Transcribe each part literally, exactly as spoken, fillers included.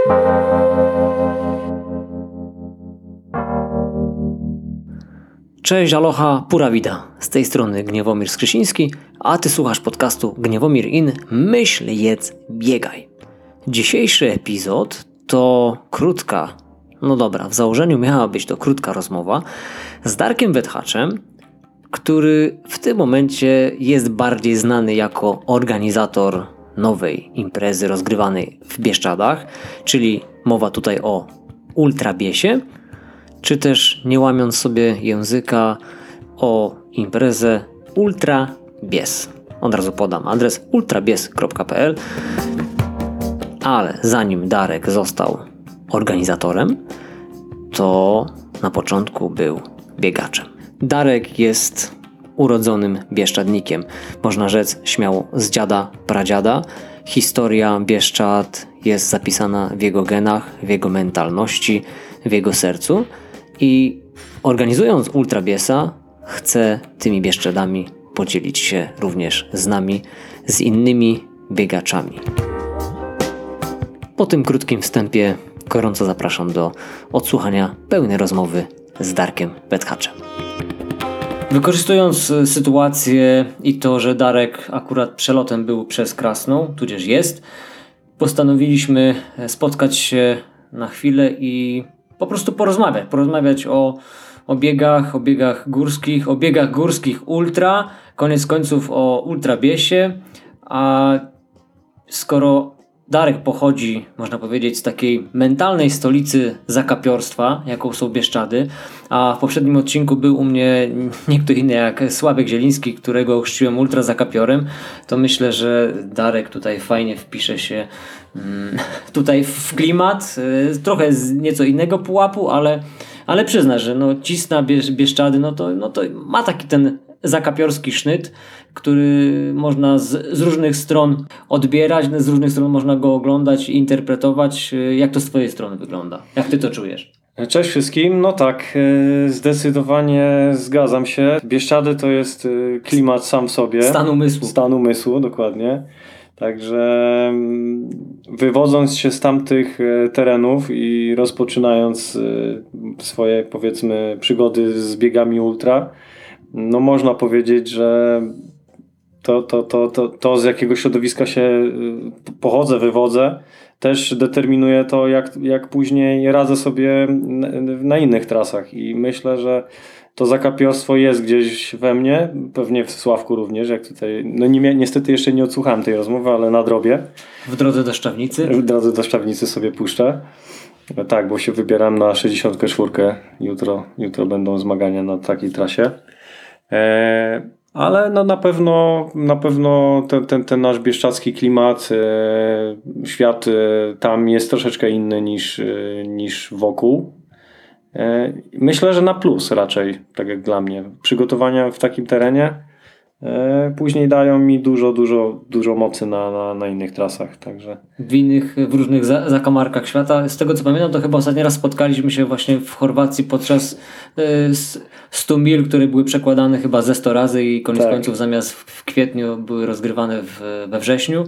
Cześć, aloha, pura vida. Z tej strony Gniewomir Skrzysiński, a Ty słuchasz podcastu Gniewomir In. Myśl, jedz, biegaj. Dzisiejszy epizod to krótka, no dobra, w założeniu miała być to krótka rozmowa z Darkiem Wethaczem, który w tym momencie jest bardziej znany jako organizator nowej imprezy rozgrywanej w Bieszczadach, czyli mowa tutaj o Ultrabiesie, czy też, nie łamiąc sobie języka, o imprezę Ultrabies. Od razu podam adres ultrabies kropka p l. Ale zanim Darek został organizatorem, to na początku był biegaczem. Darek jest urodzonym bieszczadnikiem. Można rzec śmiało z dziada, pradziada. Historia Bieszczad jest zapisana w jego genach, w jego mentalności, w jego sercu. I organizując Ultrabiesa, chcę tymi Bieszczadami podzielić się również z nami, z innymi biegaczami. Po tym krótkim wstępie gorąco zapraszam do odsłuchania pełnej rozmowy z Darkiem Wethaczem. Wykorzystując sytuację i to, że Darek akurat przelotem był przez Krasną, tudzież jest, postanowiliśmy spotkać się na chwilę i po prostu porozmawiać. Porozmawiać o, o biegach, o biegach górskich, o biegach górskich ultra, koniec końców o Ultrabiesie. A skoro Darek pochodzi, można powiedzieć, z takiej mentalnej stolicy zakapiorstwa, jaką są Bieszczady, a w poprzednim odcinku był u mnie nie kto inny jak Sławek Zieliński, którego chrzciłem ultra zakapiorem, to myślę, że Darek tutaj fajnie wpisze się mm, tutaj w klimat, y, trochę z nieco innego pułapu, ale, ale przyzna, że no, Cisna, Biesz, Bieszczady, no to, no to ma taki ten zakapiorski sznyt, który można z, z różnych stron odbierać, z różnych stron można go oglądać i interpretować. Jak to z twojej strony wygląda? Jak ty to czujesz? Cześć wszystkim. No tak, zdecydowanie zgadzam się. Bieszczady to jest klimat sam w sobie. Stan umysłu. Stan umysłu, dokładnie. Także wywodząc się z tamtych terenów i rozpoczynając swoje, powiedzmy, przygody z biegami ultra, no można powiedzieć, że to, to, to, to, to z jakiego środowiska się pochodzę, wywodzę, też determinuje to, jak, jak później radzę sobie na innych trasach. I myślę, że to zakapiorstwo jest gdzieś we mnie, pewnie w Sławku również, jak tutaj, no nie, niestety jeszcze nie odsłuchałem tej rozmowy, ale nadrobię. W drodze do Szczawnicy? W drodze do Szczawnicy sobie puszczę. Tak, bo się wybieram na sześćdziesiąt cztery. Jutro, jutro będą zmagania na takiej trasie. E, ale no na pewno na pewno ten, ten, ten nasz bieszczadzki klimat, e, świat e, tam jest troszeczkę inny niż, e, niż wokół. E, myślę, że na plus raczej, tak jak dla mnie. Przygotowania w takim terenie e, później dają mi dużo, dużo, dużo mocy na, na, na innych trasach. Także. W innych, w różnych za, zakamarkach świata. Z tego co pamiętam, to chyba ostatni raz spotkaliśmy się właśnie w Chorwacji podczas y, stu mil, które były przekładane chyba ze sto razy i koniec tak. końców zamiast w kwietniu były rozgrywane w, we wrześniu.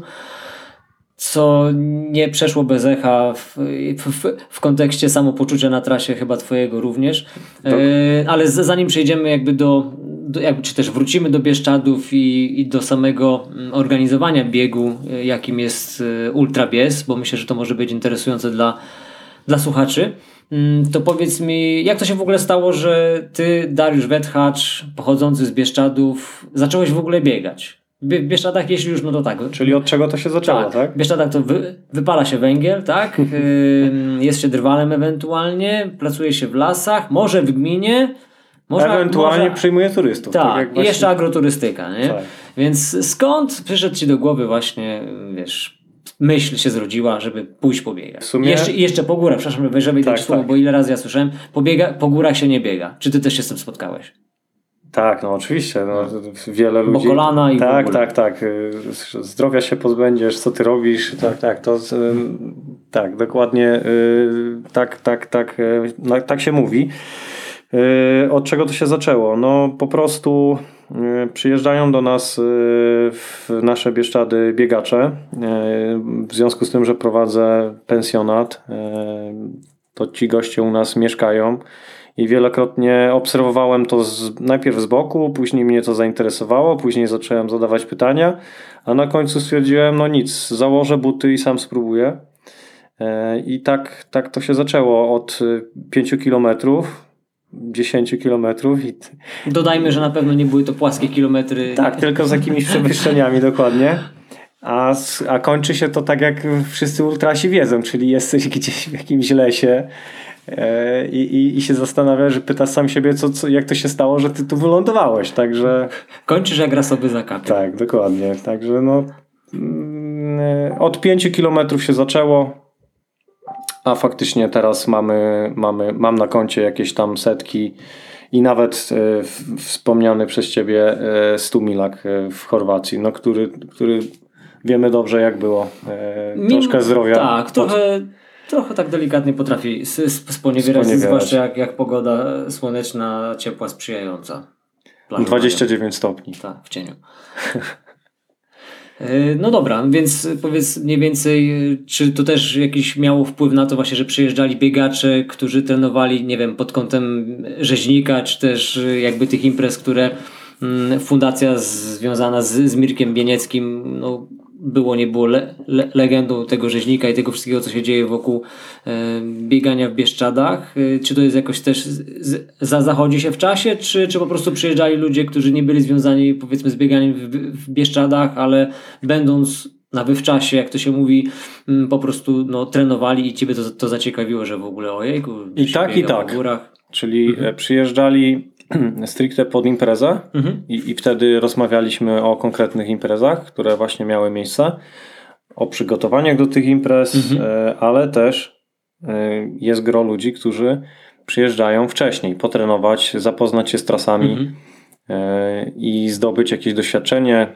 Co nie przeszło bez echa w, w, w kontekście samopoczucia na trasie chyba twojego również. Tak. E, ale z, zanim przejdziemy jakby do, do jakby, czy też wrócimy do Bieszczadów i, i do samego organizowania biegu, jakim jest Ultrabies, bo myślę, że to może być interesujące dla, dla słuchaczy, to powiedz mi, jak to się w ogóle stało, że ty, Dariusz Wethacz, pochodzący z Bieszczadów, zacząłeś w ogóle biegać? W Bieszczadach, jeśli już, no to tak. Czyli od czego to się zaczęło, tak? tak? W Bieszczadach to wy, wypala się węgiel, tak? Yy, jest się drwalem ewentualnie, pracuje się w lasach, może w gminie. Może, ewentualnie może, przyjmuje turystów. Tak, tak jak i właśnie... jeszcze agroturystyka, nie? Tak. Więc skąd przyszedł ci do głowy właśnie, wiesz, myśl się zrodziła, żeby pójść pobiegać? Sumie... Jeszcze, jeszcze po górach, przepraszam, żeby tak, słowo, tak. bo ile razy ja słyszałem, pobiega, po górach się nie biega. Czy ty też się z tym spotkałeś? Tak, no oczywiście. No, wiele ludzi. Bo kolana i tak, w ogóle. tak, tak. Zdrowia się pozbędziesz, co ty robisz. Tak, tak. To tak, dokładnie tak, tak, tak, tak się mówi. Od czego to się zaczęło? No po prostu Przyjeżdżają do nas w nasze Bieszczady biegacze. W związku z tym, że prowadzę pensjonat, to ci goście u nas mieszkają i wielokrotnie obserwowałem to z, najpierw z boku, później mnie to zainteresowało, później zacząłem zadawać pytania, a na końcu stwierdziłem, no nic, założę buty i sam spróbuję. I tak, tak to się zaczęło od pięciu kilometrów, dziesięciu kilometrów. I... Dodajmy, że na pewno nie były to płaskie kilometry. Tak, tylko z jakimiś przewyższeniami dokładnie. A, a kończy się to tak, jak wszyscy ultrasi wiedzą, czyli jesteś gdzieś w jakimś lesie e, i, i się zastanawiasz, że pytasz sam siebie, co, co, jak to się stało, że ty tu wylądowałeś. Także... Kończysz jak rasowy zakap. Tak, dokładnie. Także no, mm, od pięciu kilometrów się zaczęło. A faktycznie teraz mamy, mamy, mam na koncie jakieś tam setki i nawet e, w, wspomniany przez ciebie e, Stumilak e, w Chorwacji, no, który, który wiemy dobrze jak było. E, Mimo, troszkę zdrowia. Tak, trochę, od... trochę tak delikatnie potrafi sponiewierać, zwłaszcza jak, jak pogoda słoneczna, ciepła, sprzyjająca. dwadzieścia dziewięć stopni. Tak, w cieniu. No dobra, więc powiedz mniej więcej, czy to też jakiś miało wpływ na to właśnie, że przyjeżdżali biegacze, którzy trenowali, nie wiem, pod kątem rzeźnika, czy też jakby tych imprez, które fundacja związana z, z Mirkiem Bienieckim, no było, nie było le, le, legendą tego rzeźnika i tego wszystkiego, co się dzieje wokół e, biegania w Bieszczadach. E, czy to jest jakoś też z, z, za, zachodzi się w czasie, czy, czy po prostu przyjeżdżali ludzie, którzy nie byli związani powiedzmy z bieganiem w, w Bieszczadach, ale będąc na wywczasie, jak to się mówi, m, po prostu no, trenowali i ciebie to, to zaciekawiło, że w ogóle ojejku, i tak i tak. W górach. Czyli mhm. przyjeżdżali stricte pod imprezę mhm. i, i wtedy rozmawialiśmy o konkretnych imprezach, które właśnie miały miejsce, o przygotowaniach do tych imprez, mhm. ale też jest gro ludzi, którzy przyjeżdżają wcześniej, potrenować, zapoznać się z trasami mhm. i zdobyć jakieś doświadczenie,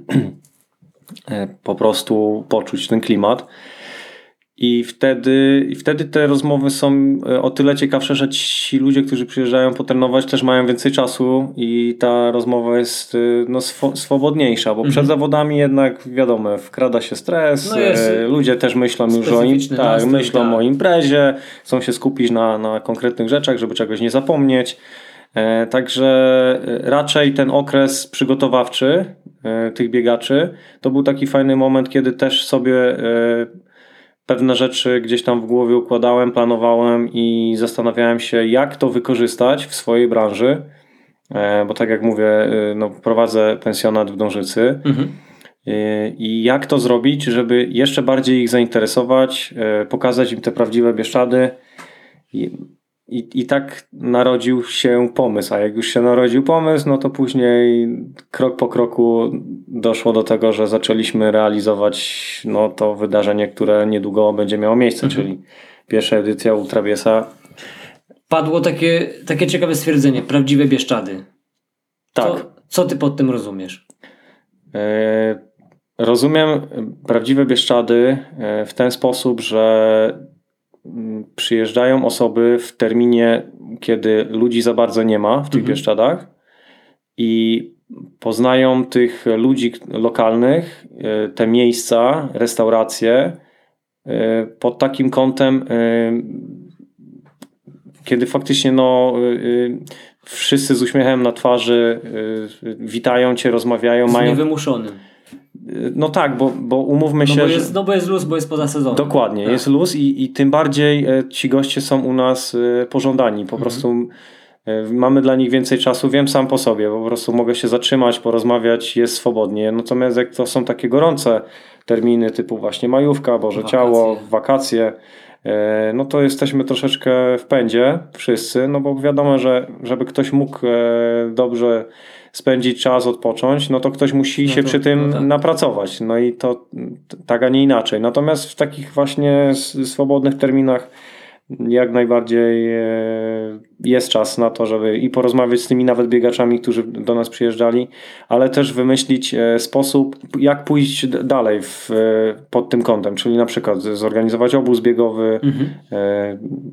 po prostu poczuć ten klimat. I wtedy, I wtedy te rozmowy są o tyle ciekawsze, że ci ludzie, którzy przyjeżdżają potrenować, też mają więcej czasu i ta rozmowa jest no, swo- swobodniejsza, bo mhm. przed zawodami jednak wiadomo, wkrada się stres, no jest, ludzie też myślą już o, im, tak, nastrój, myślą tak. o imprezie, chcą się skupić na, na konkretnych rzeczach, żeby czegoś nie zapomnieć. E, także raczej ten okres przygotowawczy e, tych biegaczy to był taki fajny moment, kiedy też sobie e, pewne rzeczy gdzieś tam w głowie układałem, planowałem i zastanawiałem się, jak to wykorzystać w swojej branży, bo tak jak mówię, no, prowadzę pensjonat w Dążycy mhm. i jak to zrobić, żeby jeszcze bardziej ich zainteresować, pokazać im te prawdziwe Bieszczady. I, i, i tak narodził się pomysł, a jak już się narodził pomysł, no to później krok po kroku doszło do tego, że zaczęliśmy realizować no, to wydarzenie, które niedługo będzie miało miejsce, mhm. czyli pierwsza edycja Ultrabiesa. Padło takie, takie ciekawe stwierdzenie, prawdziwe Bieszczady. Tak. Co, co ty pod tym rozumiesz? E, rozumiem prawdziwe Bieszczady w ten sposób, że przyjeżdżają osoby w terminie, kiedy ludzi za bardzo nie ma w tych mhm. Bieszczadach i poznają tych ludzi lokalnych, te miejsca, restauracje pod takim kątem, kiedy faktycznie no, wszyscy z uśmiechem na twarzy witają cię, rozmawiają. Z mają niewymuszonym. No tak, bo, bo umówmy no się, bo jest, że... No bo jest luz, bo jest poza sezonem. Dokładnie, tak. jest luz i, i tym bardziej ci goście są u nas pożądani. Po mhm. prostu mamy dla nich więcej czasu. Wiem sam po sobie, po prostu mogę się zatrzymać, porozmawiać, jest swobodnie. Natomiast jak to są takie gorące terminy typu właśnie majówka, Boże wakacje. Ciało, wakacje, no to jesteśmy troszeczkę w pędzie wszyscy, no bo wiadomo, że żeby ktoś mógł dobrze spędzić czas, odpocząć, no to ktoś musi no się to, przy tym no tak. napracować. No i to tak, a nie inaczej. Natomiast w takich właśnie swobodnych terminach jak najbardziej jest czas na to, żeby i porozmawiać z tymi nawet biegaczami, którzy do nas przyjeżdżali, ale też wymyślić sposób, jak pójść dalej w, pod tym kątem, czyli na przykład zorganizować obóz biegowy, mhm.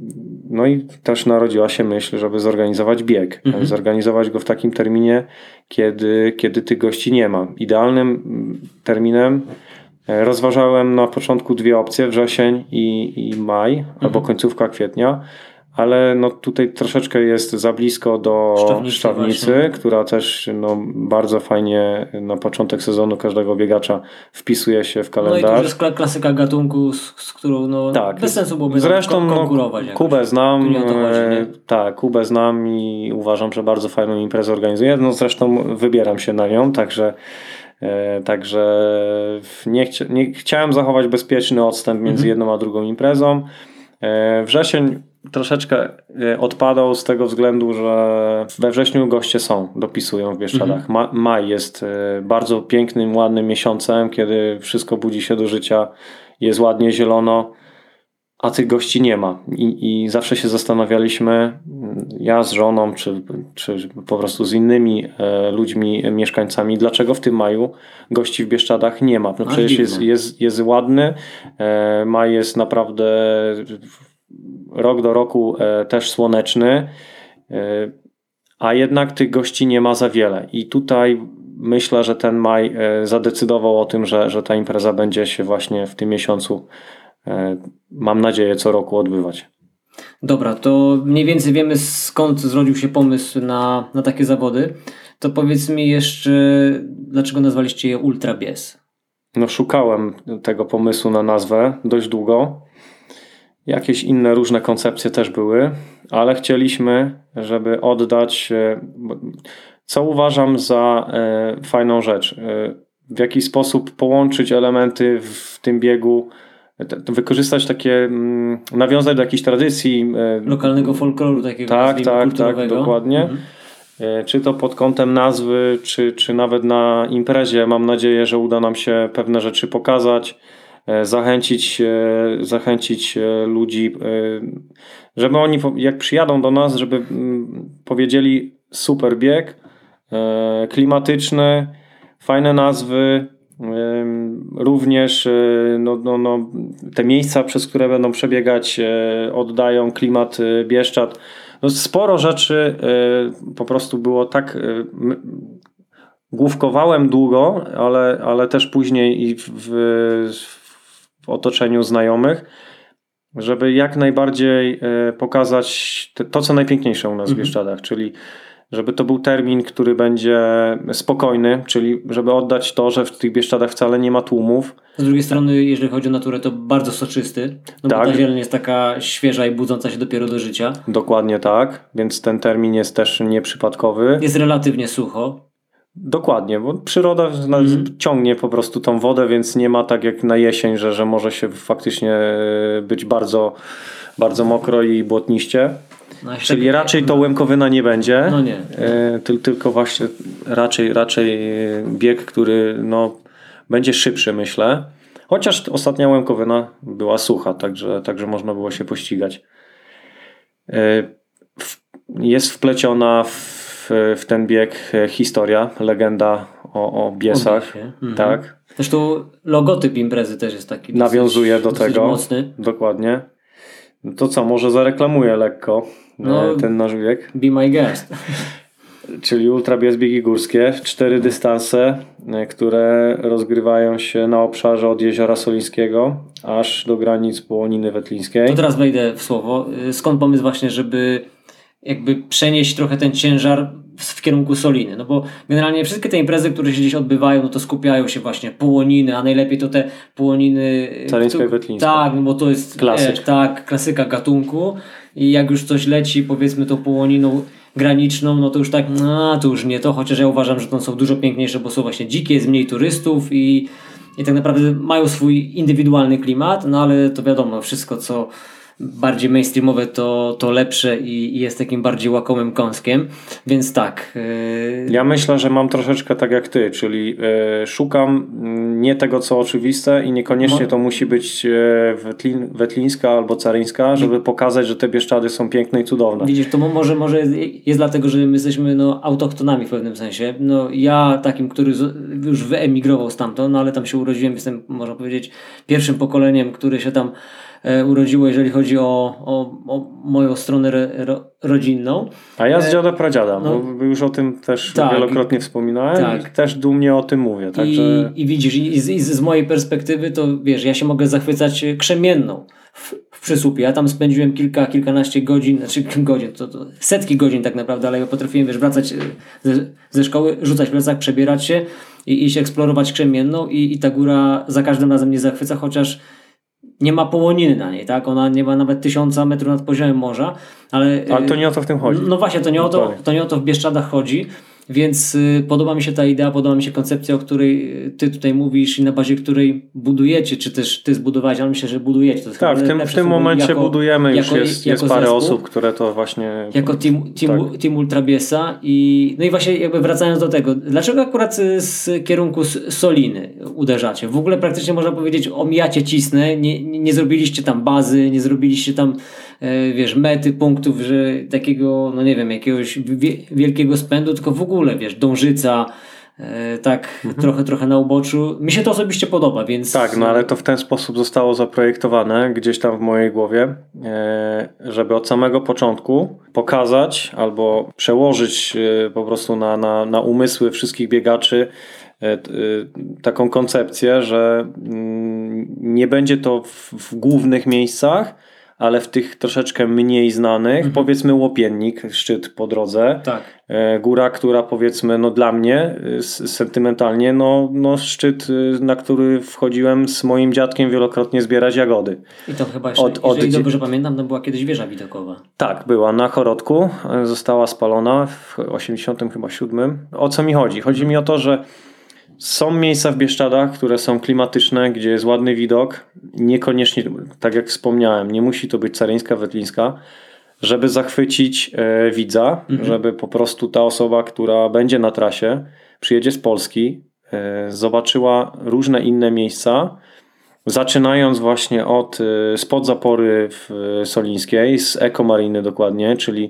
no i też narodziła się myśl, żeby zorganizować bieg. Mhm. Zorganizować go w takim terminie, kiedy, kiedy tych gości nie ma. Idealnym terminem rozważałem na początku dwie opcje, wrzesień i, i maj, mhm. albo końcówka kwietnia. Ale no tutaj troszeczkę jest za blisko do Szczawnicy, Szczawnicy która też no bardzo fajnie na początek sezonu każdego biegacza wpisuje się w kalendarz. No i to już jest klasyka gatunku, z, z którą no tak, bez sensu byłoby zresztą konkurować. No, Kubę znam, chodzi, tak, Kubę znam i uważam, że bardzo fajną imprezę organizuje. No zresztą wybieram się na nią, także e, także nie, chcia, nie chciałem zachować bezpieczny odstęp między mhm. jedną a drugą imprezą. E, wrzesień troszeczkę odpadał z tego względu, że we wrześniu goście są, dopisują w Bieszczadach. Ma, maj jest bardzo pięknym, ładnym miesiącem, kiedy wszystko budzi się do życia, jest ładnie zielono, a tych gości nie ma. I, i zawsze się zastanawialiśmy, ja z żoną, czy, czy po prostu z innymi e, ludźmi, mieszkańcami, dlaczego w tym maju gości w Bieszczadach nie ma. No przecież jest, jest, jest ładny, e, maj jest naprawdę rok do roku e, też słoneczny, e, a jednak tych gości nie ma za wiele. I tutaj myślę, że ten maj e, zadecydował o tym, że, że ta impreza będzie się właśnie w tym miesiącu, e, mam nadzieję, co roku odbywać. Dobra, to mniej więcej wiemy, skąd zrodził się pomysł na, na takie zawody. To powiedz mi jeszcze, dlaczego nazwaliście je Ultra Bies? No szukałem tego pomysłu na nazwę dość długo. Jakieś inne różne koncepcje też były, ale chcieliśmy, żeby oddać, co uważam za fajną rzecz, w jaki sposób połączyć elementy w tym biegu, wykorzystać takie, nawiązać do jakiejś tradycji. Lokalnego folkloru takiego. Tak, tak, tak, dokładnie. Mhm. Czy to pod kątem nazwy, czy, czy nawet na imprezie. Mam nadzieję, że uda nam się pewne rzeczy pokazać. Zachęcić, zachęcić ludzi, żeby oni jak przyjadą do nas, żeby powiedzieli super bieg, klimatyczny, fajne nazwy, również no, no, no, te miejsca, przez które będą przebiegać, oddają klimat Bieszczad. No, sporo rzeczy po prostu było tak, główkowałem długo, ale, ale też później i w, w w otoczeniu znajomych, żeby jak najbardziej pokazać to, co najpiękniejsze u nas w Bieszczadach, czyli żeby to był termin, który będzie spokojny, czyli żeby oddać to, że w tych Bieszczadach wcale nie ma tłumów. Z drugiej strony, jeżeli chodzi o naturę, to bardzo soczysty, no tak. Bo ta zieleń jest taka świeża i budząca się dopiero do życia. Dokładnie tak, więc ten termin jest też nieprzypadkowy. Jest relatywnie sucho. Dokładnie, bo przyroda mm. ciągnie po prostu tą wodę, więc nie ma tak jak na jesień, że, że może się faktycznie być bardzo, bardzo mokro i błotniście. No, czyli tak, raczej to Łemkowyna nie będzie, no nie, nie. E, ty, tylko właśnie raczej, raczej bieg, który no, będzie szybszy, myślę. Chociaż ostatnia Łemkowyna była sucha, także, także można było się pościgać. E, w, jest wpleciona w w ten bieg historia, legenda o, o Biesach. Mhm. Tak. Zresztą logotyp imprezy też jest taki. Nawiązuje dosyć, do tego. Mocny. Dokładnie. To co, może zareklamuję lekko no, ten nasz bieg. Be my guest. Czyli Ultra Bies biegi górskie. Cztery dystanse, które rozgrywają się na obszarze od Jeziora Solińskiego aż do granic Połoniny Wetlińskiej. To teraz wejdę w słowo. Skąd pomysł właśnie, żeby jakby przenieść trochę ten ciężar w kierunku Soliny, no bo generalnie wszystkie te imprezy, które się gdzieś odbywają, no to skupiają się właśnie Połoniny, a najlepiej to te Połoniny Caryńska i Wetlińska. Tak, no bo to jest Klasyk. E, tak, klasyka gatunku i jak już coś leci, powiedzmy tą Połoniną graniczną, no to już tak, no to już nie to, chociaż ja uważam, że to są dużo piękniejsze, bo są właśnie dzikie, jest mniej turystów i, i tak naprawdę mają swój indywidualny klimat, no ale to wiadomo, wszystko co bardziej mainstreamowe to, to lepsze i, i jest takim bardziej łakomym kąskiem, więc tak. Yy... Ja myślę, że mam troszeczkę tak jak ty, czyli yy, szukam nie tego co oczywiste i niekoniecznie no. to musi być yy, Wetlin, Wetlińska albo Caryńska, żeby pokazać, że te Bieszczady są piękne i cudowne. Widzisz, to może, może jest dlatego, że my jesteśmy no, autochtonami w pewnym sensie. No, ja takim, który już wyemigrował stamtąd, no ale tam się urodziłem, jestem, można powiedzieć, pierwszym pokoleniem, który się tam e, urodziło, jeżeli chodzi o, o, o moją stronę re, ro, rodzinną. A ja z dziada pradziada, no, bo już o tym też tak, wielokrotnie wspominałem tak. i też dumnie o tym mówię. Także... I, i widzisz, i z, i z mojej perspektywy to wiesz, ja się mogę zachwycać krzemienną w, w Przysłupie. Ja tam spędziłem kilka, kilkanaście godzin, znaczy godzin, to, to setki godzin tak naprawdę, ale ja potrafiłem wiesz, wracać ze, ze szkoły, rzucać plecak, przebierać się i iść eksplorować krzemienną i, i ta góra za każdym razem mnie zachwyca, chociaż nie ma połoniny na niej, tak? Ona nie ma nawet tysiąca metrów nad poziomem morza, ale... Ale to nie o to w tym chodzi. No właśnie, to nie o to, to, nie o to w Bieszczadach chodzi, więc y, podoba mi się ta idea, podoba mi się koncepcja, o której ty tutaj mówisz i na bazie której budujecie, czy też ty zbudowałeś, ale myślę, że budujecie. To jest tak, w tym, w tym momencie jako, budujemy, już jako, jest, jest parę zespół, osób, które to właśnie... Jako team, team, tak. team Ultrabiesa i no i właśnie jakby wracając do tego, dlaczego akurat z kierunku Soliny uderzacie? W ogóle praktycznie można powiedzieć omijacie Cisnę, nie, nie, nie zrobiliście tam bazy, nie zrobiliście tam e, wiesz, mety, punktów, że takiego, no nie wiem, jakiegoś wie, wielkiego spędu, tylko w ogóle, wiesz, Dążyca, e, tak mhm. trochę, trochę na uboczu. Mi się to osobiście podoba, więc... Tak, no ale to w ten sposób zostało zaprojektowane gdzieś tam w mojej głowie, e, żeby od samego początku pokazać albo przełożyć e, po prostu na, na, na umysły wszystkich biegaczy e, e, taką koncepcję, że mm, nie będzie to w, w głównych miejscach, ale w tych troszeczkę mniej znanych, mhm. powiedzmy Łopiennik, szczyt po drodze, tak. góra, która powiedzmy no dla mnie sentymentalnie, no, no szczyt, na który wchodziłem z moim dziadkiem wielokrotnie zbierać jagody. I to chyba jeszcze, od, jeżeli od... dobrze pamiętam, to była kiedyś wieża widokowa. Tak, była na Chorodku, została spalona w osiemdziesiątym siódmym. O co mi chodzi? Chodzi mi o to, że są miejsca w Bieszczadach, które są klimatyczne, gdzie jest ładny widok. Niekoniecznie, tak jak wspomniałem, nie musi to być Caryńska, Wetlińska, żeby zachwycić e, widza, mhm. żeby po prostu ta osoba, która będzie na trasie, przyjedzie z Polski, e, zobaczyła różne inne miejsca, zaczynając właśnie od e, spod zapory w e, Solińskiej, z Ekomariny dokładnie, czyli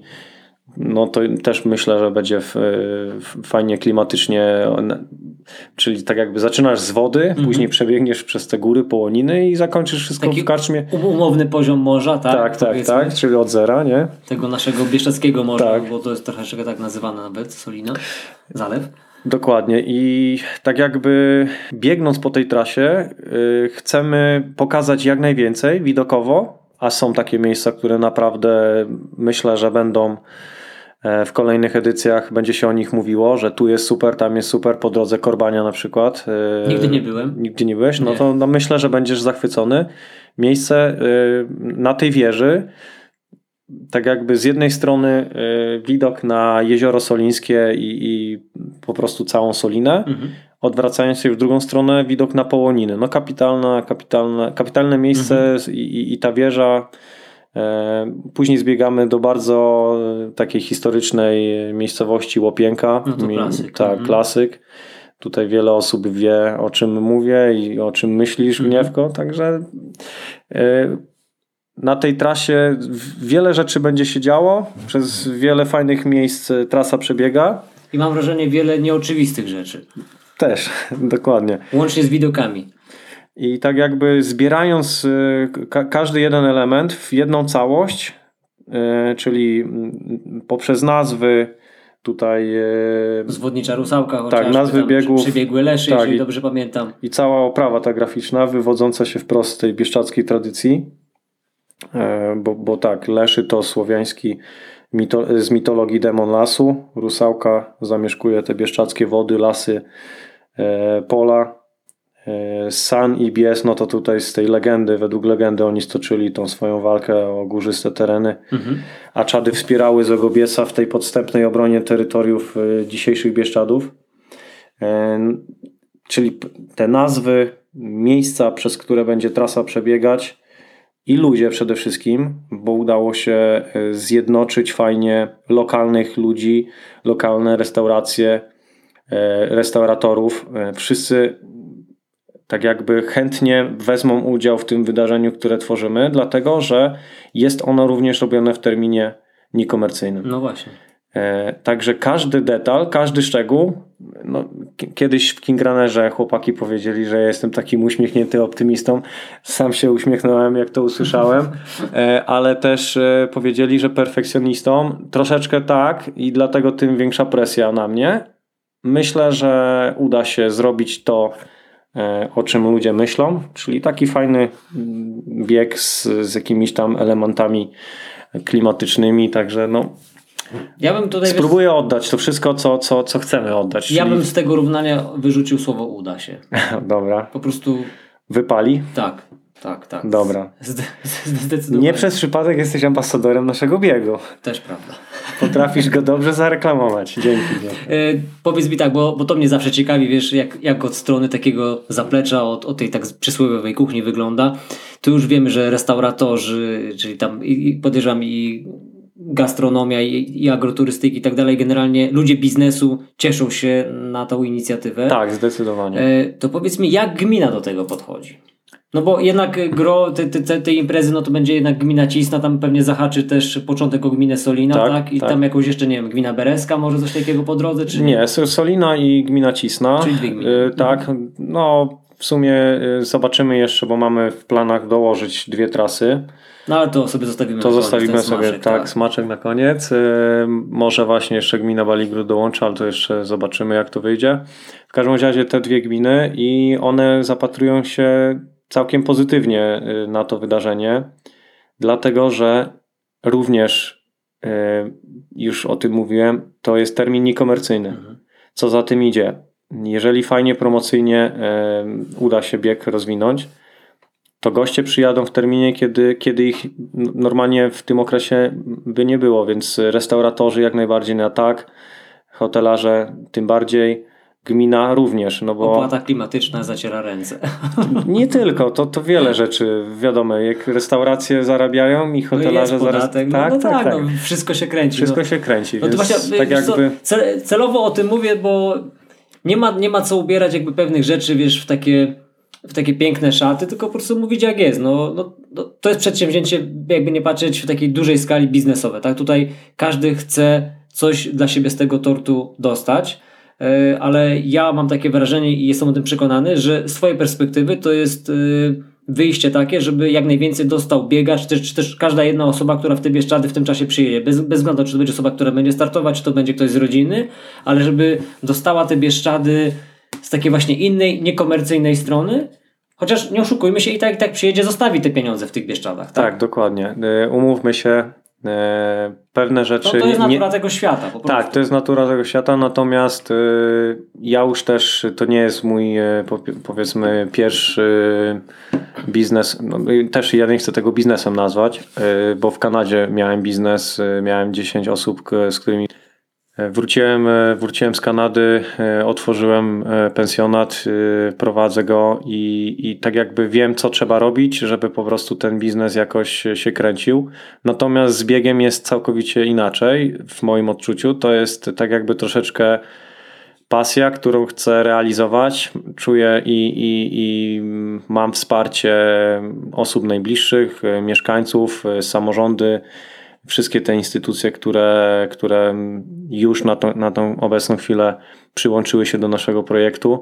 no to też myślę, że będzie w, w, fajnie klimatycznie, czyli tak jakby zaczynasz z wody, mm-hmm. później przebiegniesz przez te góry, połoniny i zakończysz wszystko taki w karczmie. Umowny poziom morza, tak? Tak, tak, tak, czyli od zera, nie? Tego naszego bieszczadzkiego morza, tak. bo to jest troszeczkę tak nazywane nawet, Solina, zalew. Dokładnie i tak jakby biegnąc po tej trasie yy, chcemy pokazać jak najwięcej widokowo, a są takie miejsca, które naprawdę myślę, że będą w kolejnych edycjach, będzie się o nich mówiło, że tu jest super, tam jest super, po drodze Korbania na przykład. Nigdy nie byłem. Nigdy nie byłeś? No nie. to no myślę, że będziesz zachwycony. Miejsce na tej wieży, tak jakby z jednej strony widok na jezioro Solińskie i, i po prostu całą Solinę, mhm. odwracając się w drugą stronę widok na Połoniny. No kapitalna, kapitalne, kapitalne miejsce mhm. i, i ta wieża. Później zbiegamy do bardzo takiej historycznej miejscowości Łopienka. No to klasyk. Tak, mhm. klasyk. Tutaj wiele osób wie, o czym mówię i o czym myślisz, mhm. Gniewko. Także na tej trasie wiele rzeczy będzie się działo. Przez wiele fajnych miejsc trasa przebiega. I mam wrażenie wiele nieoczywistych rzeczy. Też, dokładnie. Łącznie z widokami. I tak jakby zbierając ka- każdy jeden element w jedną całość, yy, czyli poprzez nazwy tutaj... Yy, Zwodnicza Rusałka, tak, nazwy biegów, Przebiegły Leszy, tak, jeżeli dobrze pamiętam. I cała oprawa ta graficzna wywodząca się wprost z tej bieszczadzkiej tradycji, yy, bo, bo tak, Leszy to słowiański mito- z mitologii demon lasu, Rusałka zamieszkuje te bieszczadzkie wody, lasy, yy, pola. San i Bies, no to tutaj z tej legendy, według legendy oni stoczyli tą swoją walkę o górzyste tereny, mhm. a czady wspierały złego Biesa w tej podstępnej obronie terytoriów dzisiejszych Bieszczadów. Czyli te nazwy, miejsca, przez które będzie trasa przebiegać i ludzie przede wszystkim, bo udało się zjednoczyć fajnie lokalnych ludzi, lokalne restauracje, restauratorów. Wszyscy tak jakby chętnie wezmą udział w tym wydarzeniu, które tworzymy, dlatego że jest ono również robione w terminie niekomercyjnym. No właśnie. E, także każdy detal, każdy szczegół no, kiedyś w King Runnerze chłopaki powiedzieli, że jestem takim uśmiechniętym optymistą. Sam się uśmiechnąłem, jak to usłyszałem, ale też powiedzieli, że perfekcjonistą. Troszeczkę tak i dlatego tym większa presja na mnie. Myślę, że uda się zrobić to, o czym ludzie myślą, czyli taki fajny bieg z, z jakimiś tam elementami klimatycznymi, także no ja bym tutaj spróbuję wiesz, oddać to wszystko, co, co, co chcemy oddać. Ja czyli... bym z tego równania wyrzucił słowo uda się. Dobra. Po prostu... Wypali? Tak, tak, tak. Dobra. Zdecydowanie. Nie przez przypadek jesteś ambasadorem naszego biegu. Też prawda. Potrafisz go dobrze zareklamować. Dzięki. Yy, powiedz mi tak, bo, bo to mnie zawsze ciekawi, wiesz, jak, jak od strony takiego zaplecza, od, od tej tak przysłowiowej kuchni wygląda. Tu już wiemy, że restauratorzy, czyli tam i, i podejrzewam i gastronomia i, i agroturystyki i tak dalej, generalnie ludzie biznesu cieszą się na tą inicjatywę. Tak, zdecydowanie. Yy, to powiedz mi, jak gmina do tego podchodzi? No bo jednak gro te, te, te imprezy, no to będzie jednak gmina Cisna, tam pewnie zahaczy też początek o gminę Solina, tak? tak? I tak. Tam jakąś jeszcze, nie wiem, gmina Bereska, może coś takiego po drodze? Czy nie? Nie, Solina i gmina Cisna. Czyli dwie gminy. Yy, tak, no w sumie yy, zobaczymy jeszcze, bo mamy w planach dołożyć dwie trasy. No ale to sobie zostawimy. To zostawimy sobie, smaczek, tak, tak, smaczek na koniec. Yy, może właśnie jeszcze gmina Baligród dołączy, ale to jeszcze zobaczymy, jak to wyjdzie. W każdym razie te dwie gminy i one zapatrują się całkiem pozytywnie na to wydarzenie, dlatego że również, już o tym mówiłem, to jest termin niekomercyjny. Mhm. Co za tym idzie? Jeżeli fajnie promocyjnie uda się bieg rozwinąć, to goście przyjadą w terminie, kiedy, kiedy ich normalnie w tym okresie by nie było, więc restauratorzy jak najbardziej na tak, hotelarze tym bardziej, gmina również. No bo opłata klimatyczna zaciera ręce. Nie tylko, to, to wiele rzeczy wiadomo, jak restauracje zarabiają i hotelarze no zaraz... Tak, no, no tak, tak. No, wszystko się kręci. Wszystko no. się kręci, no więc właśnie, tak jakby... Cel, celowo o tym mówię, bo nie ma, nie ma co ubierać jakby pewnych rzeczy, wiesz, w takie, w takie piękne szaty, tylko po prostu mówić jak jest. No, no, no, to jest przedsięwzięcie, jakby nie patrzeć, w takiej dużej skali biznesowe. Tak? Tutaj każdy chce coś dla siebie z tego tortu dostać, ale ja mam takie wrażenie i jestem o tym przekonany, że z twojej perspektywy to jest wyjście takie, żeby jak najwięcej dostał biegacz, czy też, czy też każda jedna osoba, która w te Bieszczady w tym czasie przyjedzie, bez, bez względu czy to będzie osoba, która będzie startować, czy to będzie ktoś z rodziny, ale żeby dostała te Bieszczady z takiej właśnie innej, niekomercyjnej strony, chociaż nie oszukujmy się, i tak i tak przyjedzie, zostawi te pieniądze w tych Bieszczadach. Tak, tak dokładnie. Umówmy się, pewne rzeczy... To, to jest natura nie... tego świata po prostu. Tak, to jest natura tego świata, natomiast ja już też, to nie jest mój powiedzmy pierwszy biznes, no, też ja nie chcę tego biznesem nazwać, bo w Kanadzie miałem biznes, miałem dziesięć osób, z którymi Wróciłem, wróciłem z Kanady, otworzyłem pensjonat, prowadzę go i, i tak jakby wiem, co trzeba robić, żeby po prostu ten biznes jakoś się kręcił. Natomiast z biegiem jest całkowicie inaczej w moim odczuciu. To jest tak jakby troszeczkę pasja, którą chcę realizować. Czuję i, i, i mam wsparcie osób najbliższych, mieszkańców, samorządy, wszystkie te instytucje, które, które już na, to, na tą obecną chwilę przyłączyły się do naszego projektu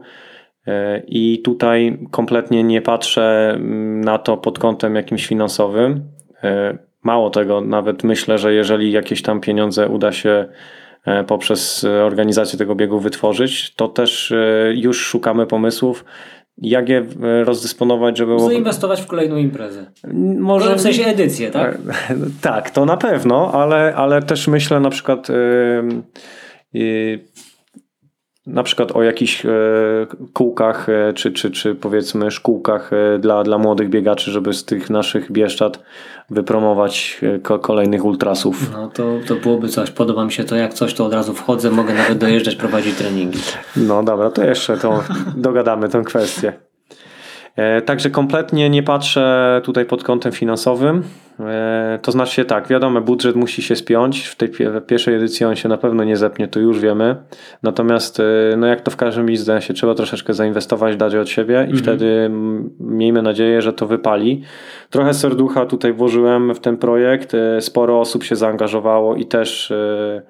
i tutaj kompletnie nie patrzę na to pod kątem jakimś finansowym. Mało tego, nawet myślę, że jeżeli jakieś tam pieniądze uda się poprzez organizację tego biegu wytworzyć, to też już szukamy pomysłów, jak je rozdysponować, żeby... Zainwestować w kolejną imprezę. Może w sensie edycję, tak? Tak, to na pewno, ale, ale też myślę na przykład yy, yy, na przykład o jakichś yy, kółkach yy, czy, czy, czy powiedzmy szkółkach yy, dla, dla młodych biegaczy, żeby z tych naszych Bieszczad wypromować yy, ko- kolejnych ultrasów. No to, to byłoby coś. Podoba mi się to, jak coś, to od razu wchodzę, mogę nawet dojeżdżać, prowadzić treningi. No dobra, to jeszcze to dogadamy tę kwestię. Także kompletnie nie patrzę tutaj pod kątem finansowym. To znaczy się tak, wiadomo, budżet musi się spiąć. W tej pierwszej edycji on się na pewno nie zepnie, to już wiemy. Natomiast no jak to w każdym biznesie, trzeba troszeczkę zainwestować, dać od siebie i mhm. wtedy miejmy nadzieję, że to wypali. Trochę serducha tutaj włożyłem w ten projekt. Sporo osób się zaangażowało i też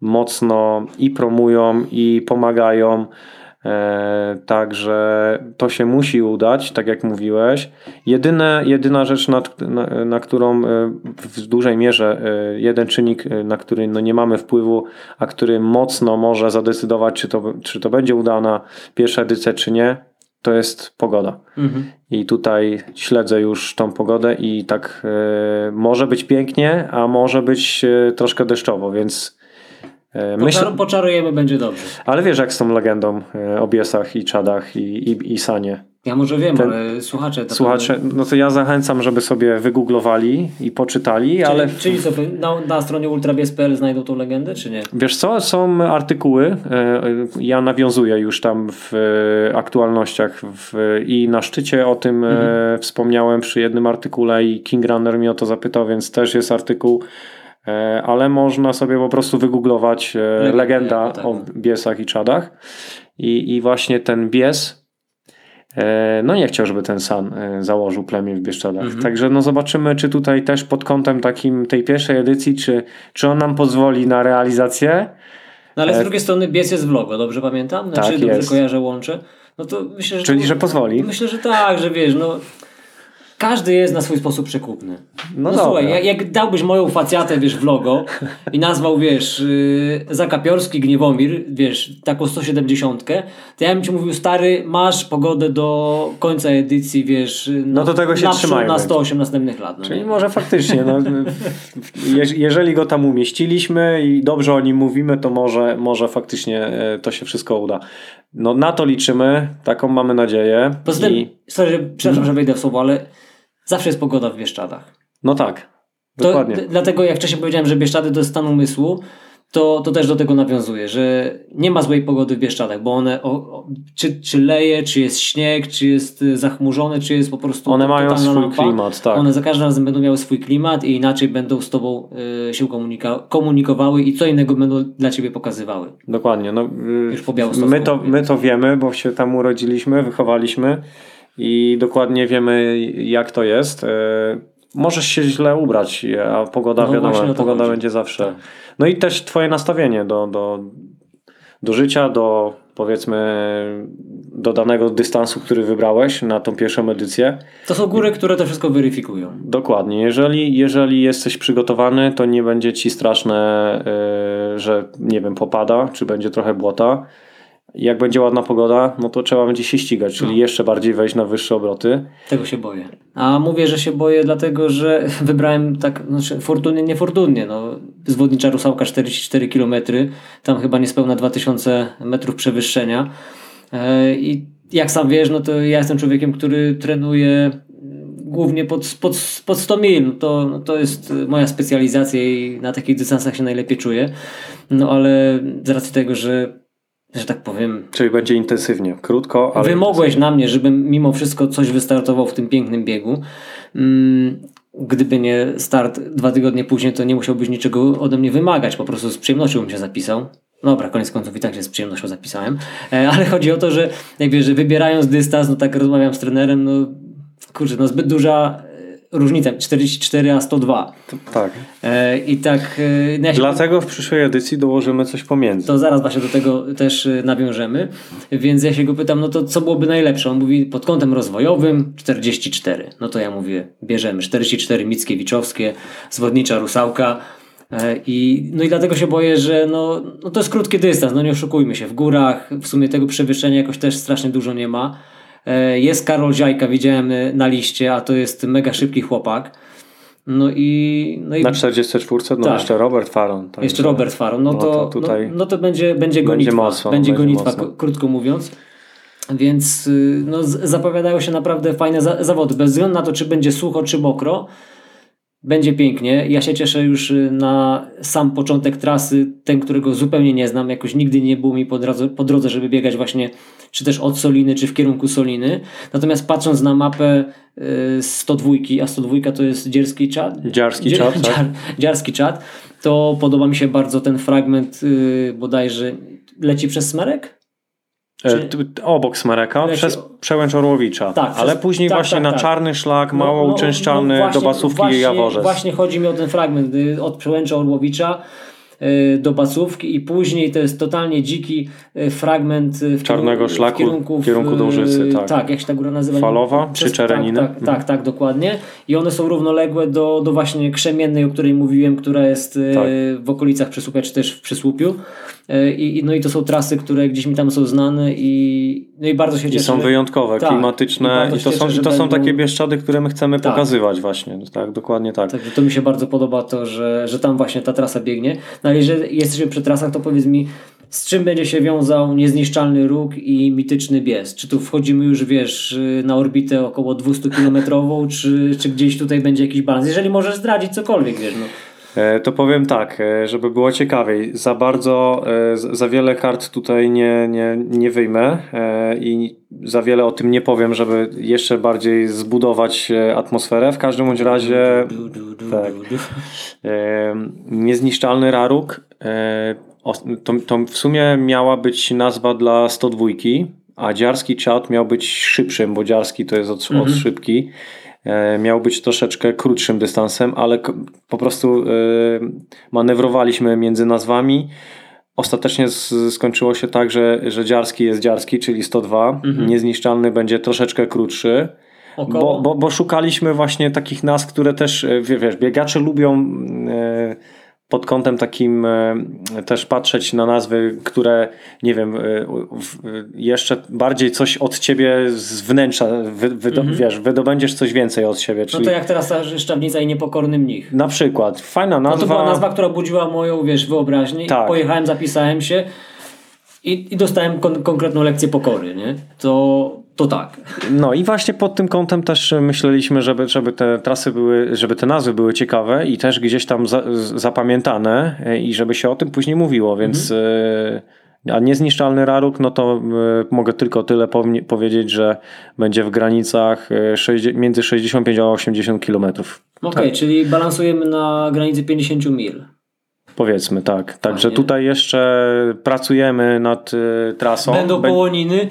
mocno i promują, i pomagają. E, także to się musi udać, tak jak mówiłeś. Jedyne, jedyna rzecz, na, na, na którą e, w dużej mierze e, jeden czynnik, e, na który no nie mamy wpływu, a który mocno może zadecydować, czy to, czy to będzie udana pierwsza edycja, czy nie, to jest pogoda. Mhm. I tutaj śledzę już tą pogodę i tak e, może być pięknie, a może być e, troszkę deszczowo, więc Myśl... Poczarujemy, będzie dobrze. Ale wiesz, jak z tą legendą o Biesach i Czadach i, i, i Sanie. Ja może wiem, Ten... ale słuchacze... To słuchacze, pewnie... no to ja zachęcam, żeby sobie wygooglowali i poczytali, czyli, ale... Czyli co, na, na stronie ultrabies kropka p l znajdą tą legendę, czy nie? Wiesz co, są artykuły, ja nawiązuję już tam w aktualnościach w, i na szczycie o tym mhm. wspomniałem przy jednym artykule i King Runner mnie o to zapytał, więc też jest artykuł, ale można sobie po prostu wygooglować Legenda, legenda o Biesach i Czadach i, i właśnie ten Bies no nie chciał, żeby ten San założył plemię w Bieszczadach. Mhm. Także no zobaczymy, czy tutaj też pod kątem takim tej pierwszej edycji, czy, czy on nam pozwoli na realizację. No ale z drugiej strony Bies jest w logo, dobrze pamiętam? Znaczy tak, dobrze jest. Kojarzę, łączę. No to myślę, że Czyli, to, że pozwoli? Myślę, że tak, że wiesz, no każdy jest na swój sposób przekupny. No, no słuchaj, jak, jak dałbyś moją facjatę, wiesz, w logo i nazwał, wiesz, yy, Zakapiorski Gniewomir, wiesz, taką sto siedemdziesiątkę, to ja bym ci mówił, stary, masz pogodę do końca edycji, wiesz, no, no to tego się trzymajmy. Na sto osiem następnych lat. No Czyli nie? może faktycznie, no, je, jeżeli go tam umieściliśmy i dobrze o nim mówimy, to może, może faktycznie to się wszystko uda. No na to liczymy, taką mamy nadzieję. Poza tym, i... sorry, przepraszam, że wejdę w słowo, ale zawsze jest pogoda w Bieszczadach. No tak, dokładnie. To, d- dlatego jak wcześniej powiedziałem, że Bieszczady to jest stan umysłu, to, to też do tego nawiązuje, że nie ma złej pogody w Bieszczadach, bo one, o, o, czy, czy leje, czy jest śnieg, czy jest zachmurzone, czy jest po prostu one mają swój lampa. klimat, tak. One za każdym razem będą miały swój klimat i inaczej będą z tobą y, się komunika- komunikowały i co innego będą dla ciebie pokazywały. Dokładnie. No, Już po my, to, my to wiemy, bo się tam urodziliśmy, wychowaliśmy i dokładnie wiemy, jak to jest. Możesz się źle ubrać, a pogoda, no wiadomo, pogoda chodzi. Będzie zawsze. Tak. No i też twoje nastawienie do, do, do życia, do powiedzmy do danego dystansu, który wybrałeś na tą pierwszą edycję. To są góry, które to wszystko weryfikują. Dokładnie. Jeżeli, jeżeli jesteś przygotowany, to nie będzie ci straszne, yy, że nie wiem, popada, czy będzie trochę błota. Jak będzie ładna pogoda, no to trzeba będzie się ścigać, czyli no. jeszcze bardziej wejść na wyższe obroty. Tego się boję. A mówię, że się boję dlatego, że wybrałem tak, znaczy fortunnie, niefortunnie. No, zwodnicza Rusałka czterdzieści cztery kilometry, tam chyba niespełna dwa tysiące metrów przewyższenia. I jak sam wiesz, no to ja jestem człowiekiem, który trenuje głównie pod, pod, pod sto mil. No to, no to jest moja specjalizacja i na takich dystansach się najlepiej czuję. No ale z racji tego, że że tak powiem... Czyli będzie intensywnie, krótko, ale... Wymogłeś na mnie, żebym mimo wszystko coś wystartował w tym pięknym biegu. Gdyby nie start dwa tygodnie później, to nie musiałbyś niczego ode mnie wymagać. Po prostu z przyjemnością bym się zapisał. Dobra, koniec końców i tak się z przyjemnością zapisałem. Ale chodzi o to, że jak wiesz, że wybierając dystans, no tak rozmawiam z trenerem, no kurczę, no zbyt duża różnica, czterdzieści cztery a sto dwa. Tak. E, I tak... E, no ja Dlatego w przyszłej edycji dołożymy coś pomiędzy. To zaraz właśnie do tego też nawiążemy. Więc ja się go pytam, no to co byłoby najlepsze? On mówi pod kątem rozwojowym czterdzieści cztery. No to ja mówię, bierzemy czterdzieści cztery Mickiewiczowskie, zwodnicza Rusałka. E, i, no i dlatego się boję, że no, no to jest krótki dystans, no nie oszukujmy się. W górach w sumie tego przewyższenia jakoś też strasznie dużo nie ma. Jest Karol Ziajka, widziałem na liście, a to jest mega szybki chłopak. No i, no i na czterdzieści cztery no tak. Jeszcze Robert Faron. Tak, jeszcze Robert Faron. No, no to, to tutaj no, no to będzie, będzie gonitwa. Będzie, mocno, będzie, będzie gonitwa, mocno. Krótko mówiąc. Więc no, zapowiadają się naprawdę fajne za- zawody. Bez względu na to, czy będzie sucho, czy mokro. Będzie pięknie. Ja się cieszę już na sam początek trasy, ten, którego zupełnie nie znam. Jakoś nigdy nie było mi po drodze, po drodze, żeby biegać właśnie czy też od Soliny, czy w kierunku Soliny. Natomiast patrząc na mapę y, sto dwa, a sto dwa to jest Dzierski Czad? Dziarski Dziar, Czad, tak. Dziarski Czad. To podoba mi się bardzo ten fragment y, bodajże leci przez Smerek? Czy... Obok Smereka, leci... przez Przełęcz Orłowicza, tak, ale przez... później tak, właśnie tak, na tak. czarny szlak, no, mało no, uczęszczany no właśnie, do Basówki właśnie, i Jaworzec. Właśnie chodzi mi o ten fragment od Przełęcza Orłowicza. do Bacówki i później to jest totalnie dziki fragment w Czarnego kierunku, Szlaku w kierunku, w kierunku Dążycy, tak. Tak, jak się ta góra nazywa? Falowa Przez, czy Czereniny? Tak, tak, tak, tak, dokładnie. I one są równoległe do, do właśnie Krzemiennej, o której mówiłem, która jest tak. w okolicach Przysłupia, czy też w Przysłupiu. I, no i to są trasy, które gdzieś mi tam są znane i, no i bardzo się cieszę. I są wyjątkowe, tak, klimatyczne i, i to, cieszę, są, i to będą... są takie Bieszczady, które my chcemy tak. pokazywać właśnie. Tak, dokładnie tak. Także to mi się bardzo podoba to, że, że tam właśnie ta trasa biegnie. No ale jeżeli jesteśmy przy trasach, to powiedz mi, z czym będzie się wiązał Niezniszczalny Róg i Mityczny Biez? Czy tu wchodzimy już, wiesz, na orbitę około dwiestukilometrową, czy, czy gdzieś tutaj będzie jakiś balans? Jeżeli możesz zdradzić cokolwiek, wiesz, no. To powiem tak, żeby było ciekawiej. Za bardzo, za wiele kart tutaj nie, nie, nie wyjmę i za wiele o tym nie powiem, żeby jeszcze bardziej zbudować atmosferę. W każdym bądź razie tak. Niezniszczalny Raróg to, to w sumie miała być nazwa dla sto dwa, a Dziarski Czad miał być szybszym, bo Dziarski to jest od, mhm. od szybki. Miał być troszeczkę krótszym dystansem, ale po prostu manewrowaliśmy między nazwami. Ostatecznie skończyło się tak, że, że Dziarski jest Dziarski, czyli sto dwa. Mhm. Niezniszczalny będzie troszeczkę krótszy. Bo, bo, bo szukaliśmy właśnie takich nazw, które też, wiesz, biegacze lubią pod kątem takim też patrzeć na nazwy, które, nie wiem, jeszcze bardziej coś od ciebie z wnętrza, wy, wy, mhm. wiesz, wydobędziesz coś więcej od siebie. Czyli... No to jak teraz Szczawnica i Niepokorny Mnich. Na przykład. Fajna nazwa. No to była nazwa, która budziła moją, wiesz, wyobraźnię. Tak. Pojechałem, zapisałem się i, i dostałem kon- konkretną lekcję pokory, nie? To... To tak. No i właśnie pod tym kątem też myśleliśmy, żeby, żeby te trasy były, żeby te nazwy były ciekawe i też gdzieś tam za, zapamiętane i żeby się o tym później mówiło, więc mhm. a Niezniszczalny Raróg, no to mogę tylko tyle powie- powiedzieć, że będzie w granicach sześćdziesiąt, między sześćdziesiąt pięć a osiemdziesiąt kilometrów. Okej, okay, tak. Czyli balansujemy na granicy pięćdziesiąt mil. Powiedzmy, tak. Także Fajnie. Tutaj jeszcze pracujemy nad trasą. Będą Bę- połoniny.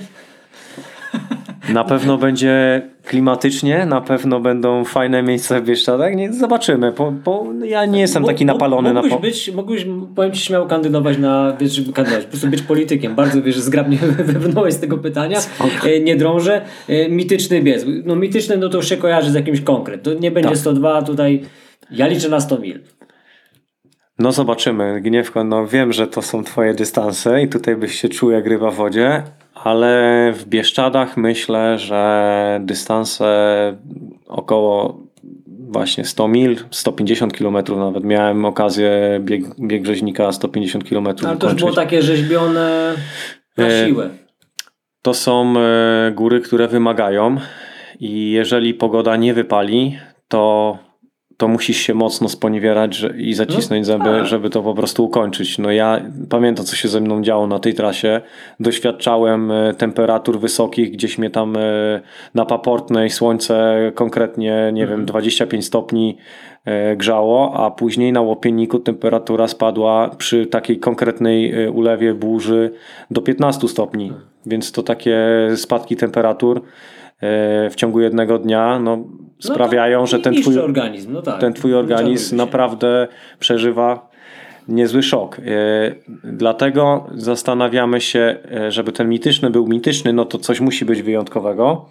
Na pewno będzie klimatycznie, na pewno będą fajne miejsca w Bieszczadach. Nie, zobaczymy, bo, bo ja nie jestem taki napalony. Mógłbyś na po... być, mógłbyś, powiem ci, śmiało kandydować na, wiesz, kandydować, po prostu być politykiem. Bardzo, wiesz, zgrabnie wybrnąłeś z tego pytania. Okay. Nie drążę. Mityczny Biez. No mityczny, no to już się kojarzy z jakimś konkret. To nie będzie tak. sto dwa, tutaj ja liczę na sto mil. No zobaczymy. Gniewko, no wiem, że to są twoje dystanse i tutaj byś się czuł jak ryba w wodzie. Ale w Bieszczadach myślę, że dystanse około właśnie sto mil, sto pięćdziesiąt kilometrów nawet. Miałem okazję bieg, bieg rzeźnika sto pięćdziesiąt kilometrów Ale to już było takie rzeźbione na siłę. To są góry, które wymagają i jeżeli pogoda nie wypali, to to musisz się mocno sponiewierać że, i zacisnąć no, zęby, tak. żeby to po prostu ukończyć. No ja pamiętam, co się ze mną działo na tej trasie. Doświadczałem temperatur wysokich, gdzieś mnie tam na Paportnej słońce konkretnie, nie mhm. wiem, dwadzieścia pięć stopni grzało, a później na Łopienniku temperatura spadła przy takiej konkretnej ulewie burzy do piętnaście stopni. Mhm. Więc to takie spadki temperatur w ciągu jednego dnia no, sprawiają, no że ten twój organizm, no tak, ten twój organizm naprawdę przeżywa niezły szok. Dlatego zastanawiamy się, żeby ten mityczny był mityczny, no to coś musi być wyjątkowego.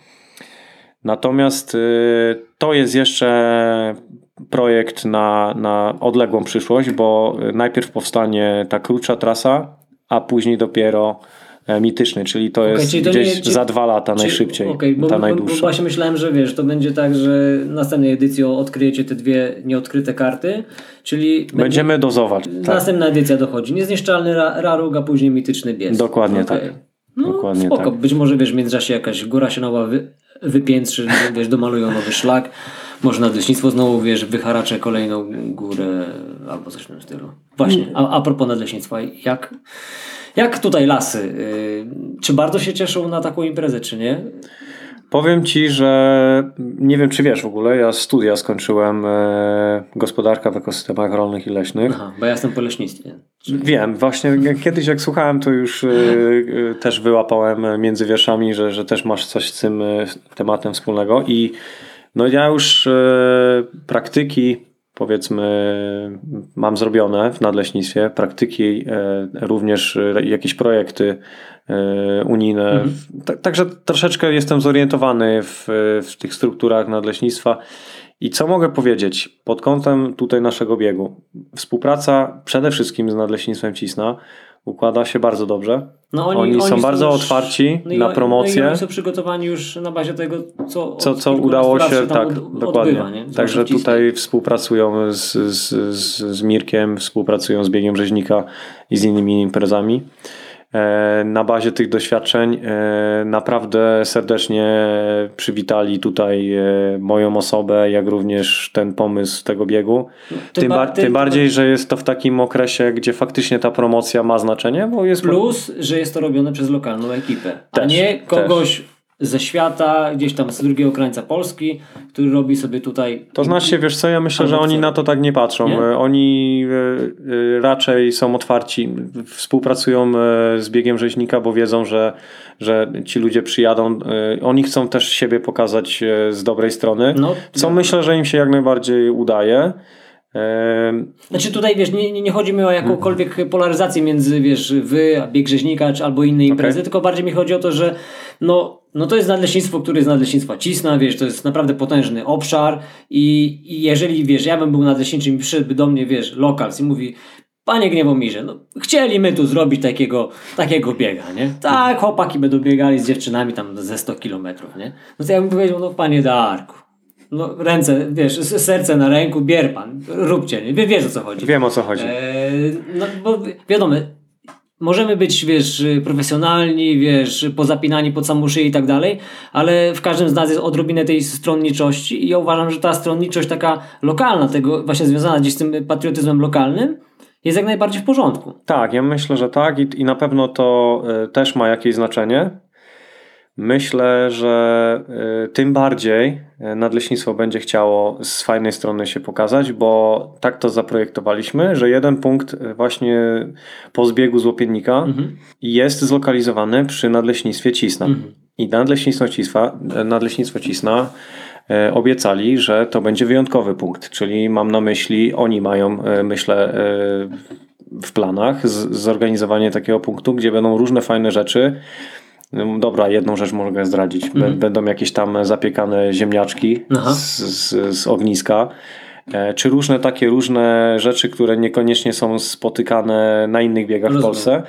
Natomiast to jest jeszcze projekt na, na odległą przyszłość, bo najpierw powstanie ta krótsza trasa, a później dopiero mityczny, czyli to okay, jest czyli to gdzieś nie, czy, za dwa lata czy, najszybciej, okay, bo, ta bo, najdłuższa. Bo właśnie myślałem, że wiesz, to będzie tak, że w następnej edycji odkryjecie te dwie nieodkryte karty, czyli będziemy będzie, dozować. Następna tak. edycja dochodzi. Niezniszczalny ra, Raróg, a później mityczny Biez. Dokładnie okay. tak. No Dokładnie spoko. tak. Być może wiesz, w międzyczasie jakaś góra się nowa wy, wypiętrzy, wiesz, domalują nowy szlak. Może nadleśnictwo znowu, wiesz, wyharacze kolejną górę albo coś w tym stylu. Właśnie, a, a propos nadleśnictwa, jak Jak tutaj lasy? Czy bardzo się cieszą na taką imprezę, czy nie? Powiem ci, że nie wiem, czy wiesz w ogóle, ja studia skończyłem e, gospodarka w ekosystemach rolnych i leśnych. Aha, bo ja jestem po leśnictwie. Czyli... Wiem, właśnie kiedyś jak słuchałem, to już e, e, też wyłapałem między wierszami, że, że też masz coś z tym e, tematem wspólnego i no ja już e, praktyki powiedzmy mam zrobione w nadleśnictwie, praktyki, również jakieś projekty unijne. Mhm. Także troszeczkę jestem zorientowany w, w tych strukturach nadleśnictwa. I co mogę powiedzieć pod kątem tutaj naszego biegu? Współpraca przede wszystkim z Nadleśnictwem Cisna układa się bardzo dobrze. No oni, oni, oni są, są bardzo już otwarci no na on, promocję. No i oni są przygotowani już na bazie tego, co, co, co udało się, tak, od, dokładnie. Odbywa, Także tutaj współpracują z, z, z, z Mirkiem, współpracują z Biegiem Rzeźnika i z innymi imprezami. Na bazie tych doświadczeń naprawdę serdecznie przywitali tutaj moją osobę, jak również ten pomysł tego biegu. Tym, ba- tym, tym bardziej, że jest to w takim okresie, gdzie faktycznie ta promocja ma znaczenie. Bo jest Plus, że jest to robione przez lokalną ekipę, też, a nie kogoś też. ze świata, gdzieś tam z drugiego krańca Polski, który robi sobie tutaj... To znaczy, wiesz co, ja myślę, że oni na to tak nie patrzą. Nie? Oni raczej są otwarci, współpracują z Biegiem Rzeźnika, bo wiedzą, że, że ci ludzie przyjadą. Oni chcą też siebie pokazać z dobrej strony, no, co ja. myślę, że im się jak najbardziej udaje. Znaczy tutaj wiesz, nie, nie chodzi mi o jakąkolwiek polaryzację między wiesz, wy, a Bieg Rzeźnika czy albo inne imprezy, okay. tylko bardziej mi chodzi o to, że no, no to jest nadleśnictwo, które jest nadleśnictwa Cisna, wiesz, to jest naprawdę potężny obszar i, i jeżeli wiesz, ja bym był nadleśniczym i przyszedłby do mnie, wiesz, lokal i mówi: panie Gniewomirze, no chcieliśmy tu zrobić takiego, takiego biega, nie? Tak, chłopaki będą biegali z dziewczynami tam ze sto kilometrów, nie? No to ja bym powiedział: no panie Darku, no ręce, wiesz, serce na ręku, bier pan, róbcie, nie? Wie, wiesz o co chodzi. Wiem o co chodzi. Eee, no bo wiadomo, możemy być, wiesz, profesjonalni, wiesz, pozapinani pod samą szyję i tak dalej, ale w każdym z nas jest odrobinę tej stronniczości i ja uważam, że ta stronniczość taka lokalna, tego właśnie związana gdzieś z tym patriotyzmem lokalnym, jest jak najbardziej w porządku. Tak, ja myślę, że tak i, i na pewno to y, też ma jakieś znaczenie. Myślę, że y, tym bardziej y, Nadleśnictwo będzie chciało z fajnej strony się pokazać, bo tak to zaprojektowaliśmy, że jeden punkt właśnie po zbiegu z Łopiennika mhm. jest zlokalizowany przy Nadleśnictwie Cisna. Mhm. I Nadleśnictwo Cisna, Nadleśnictwo Cisna y, obiecali, że to będzie wyjątkowy punkt, czyli mam na myśli, oni mają, y, myślę, y, w planach z, zorganizowanie takiego punktu, gdzie będą różne fajne rzeczy. Dobra, jedną rzecz mogę zdradzić. Mhm. Będą jakieś tam zapiekane ziemniaczki z, z, z ogniska. Czy różne takie różne rzeczy, które niekoniecznie są spotykane na innych biegach Rozumiem. w Polsce.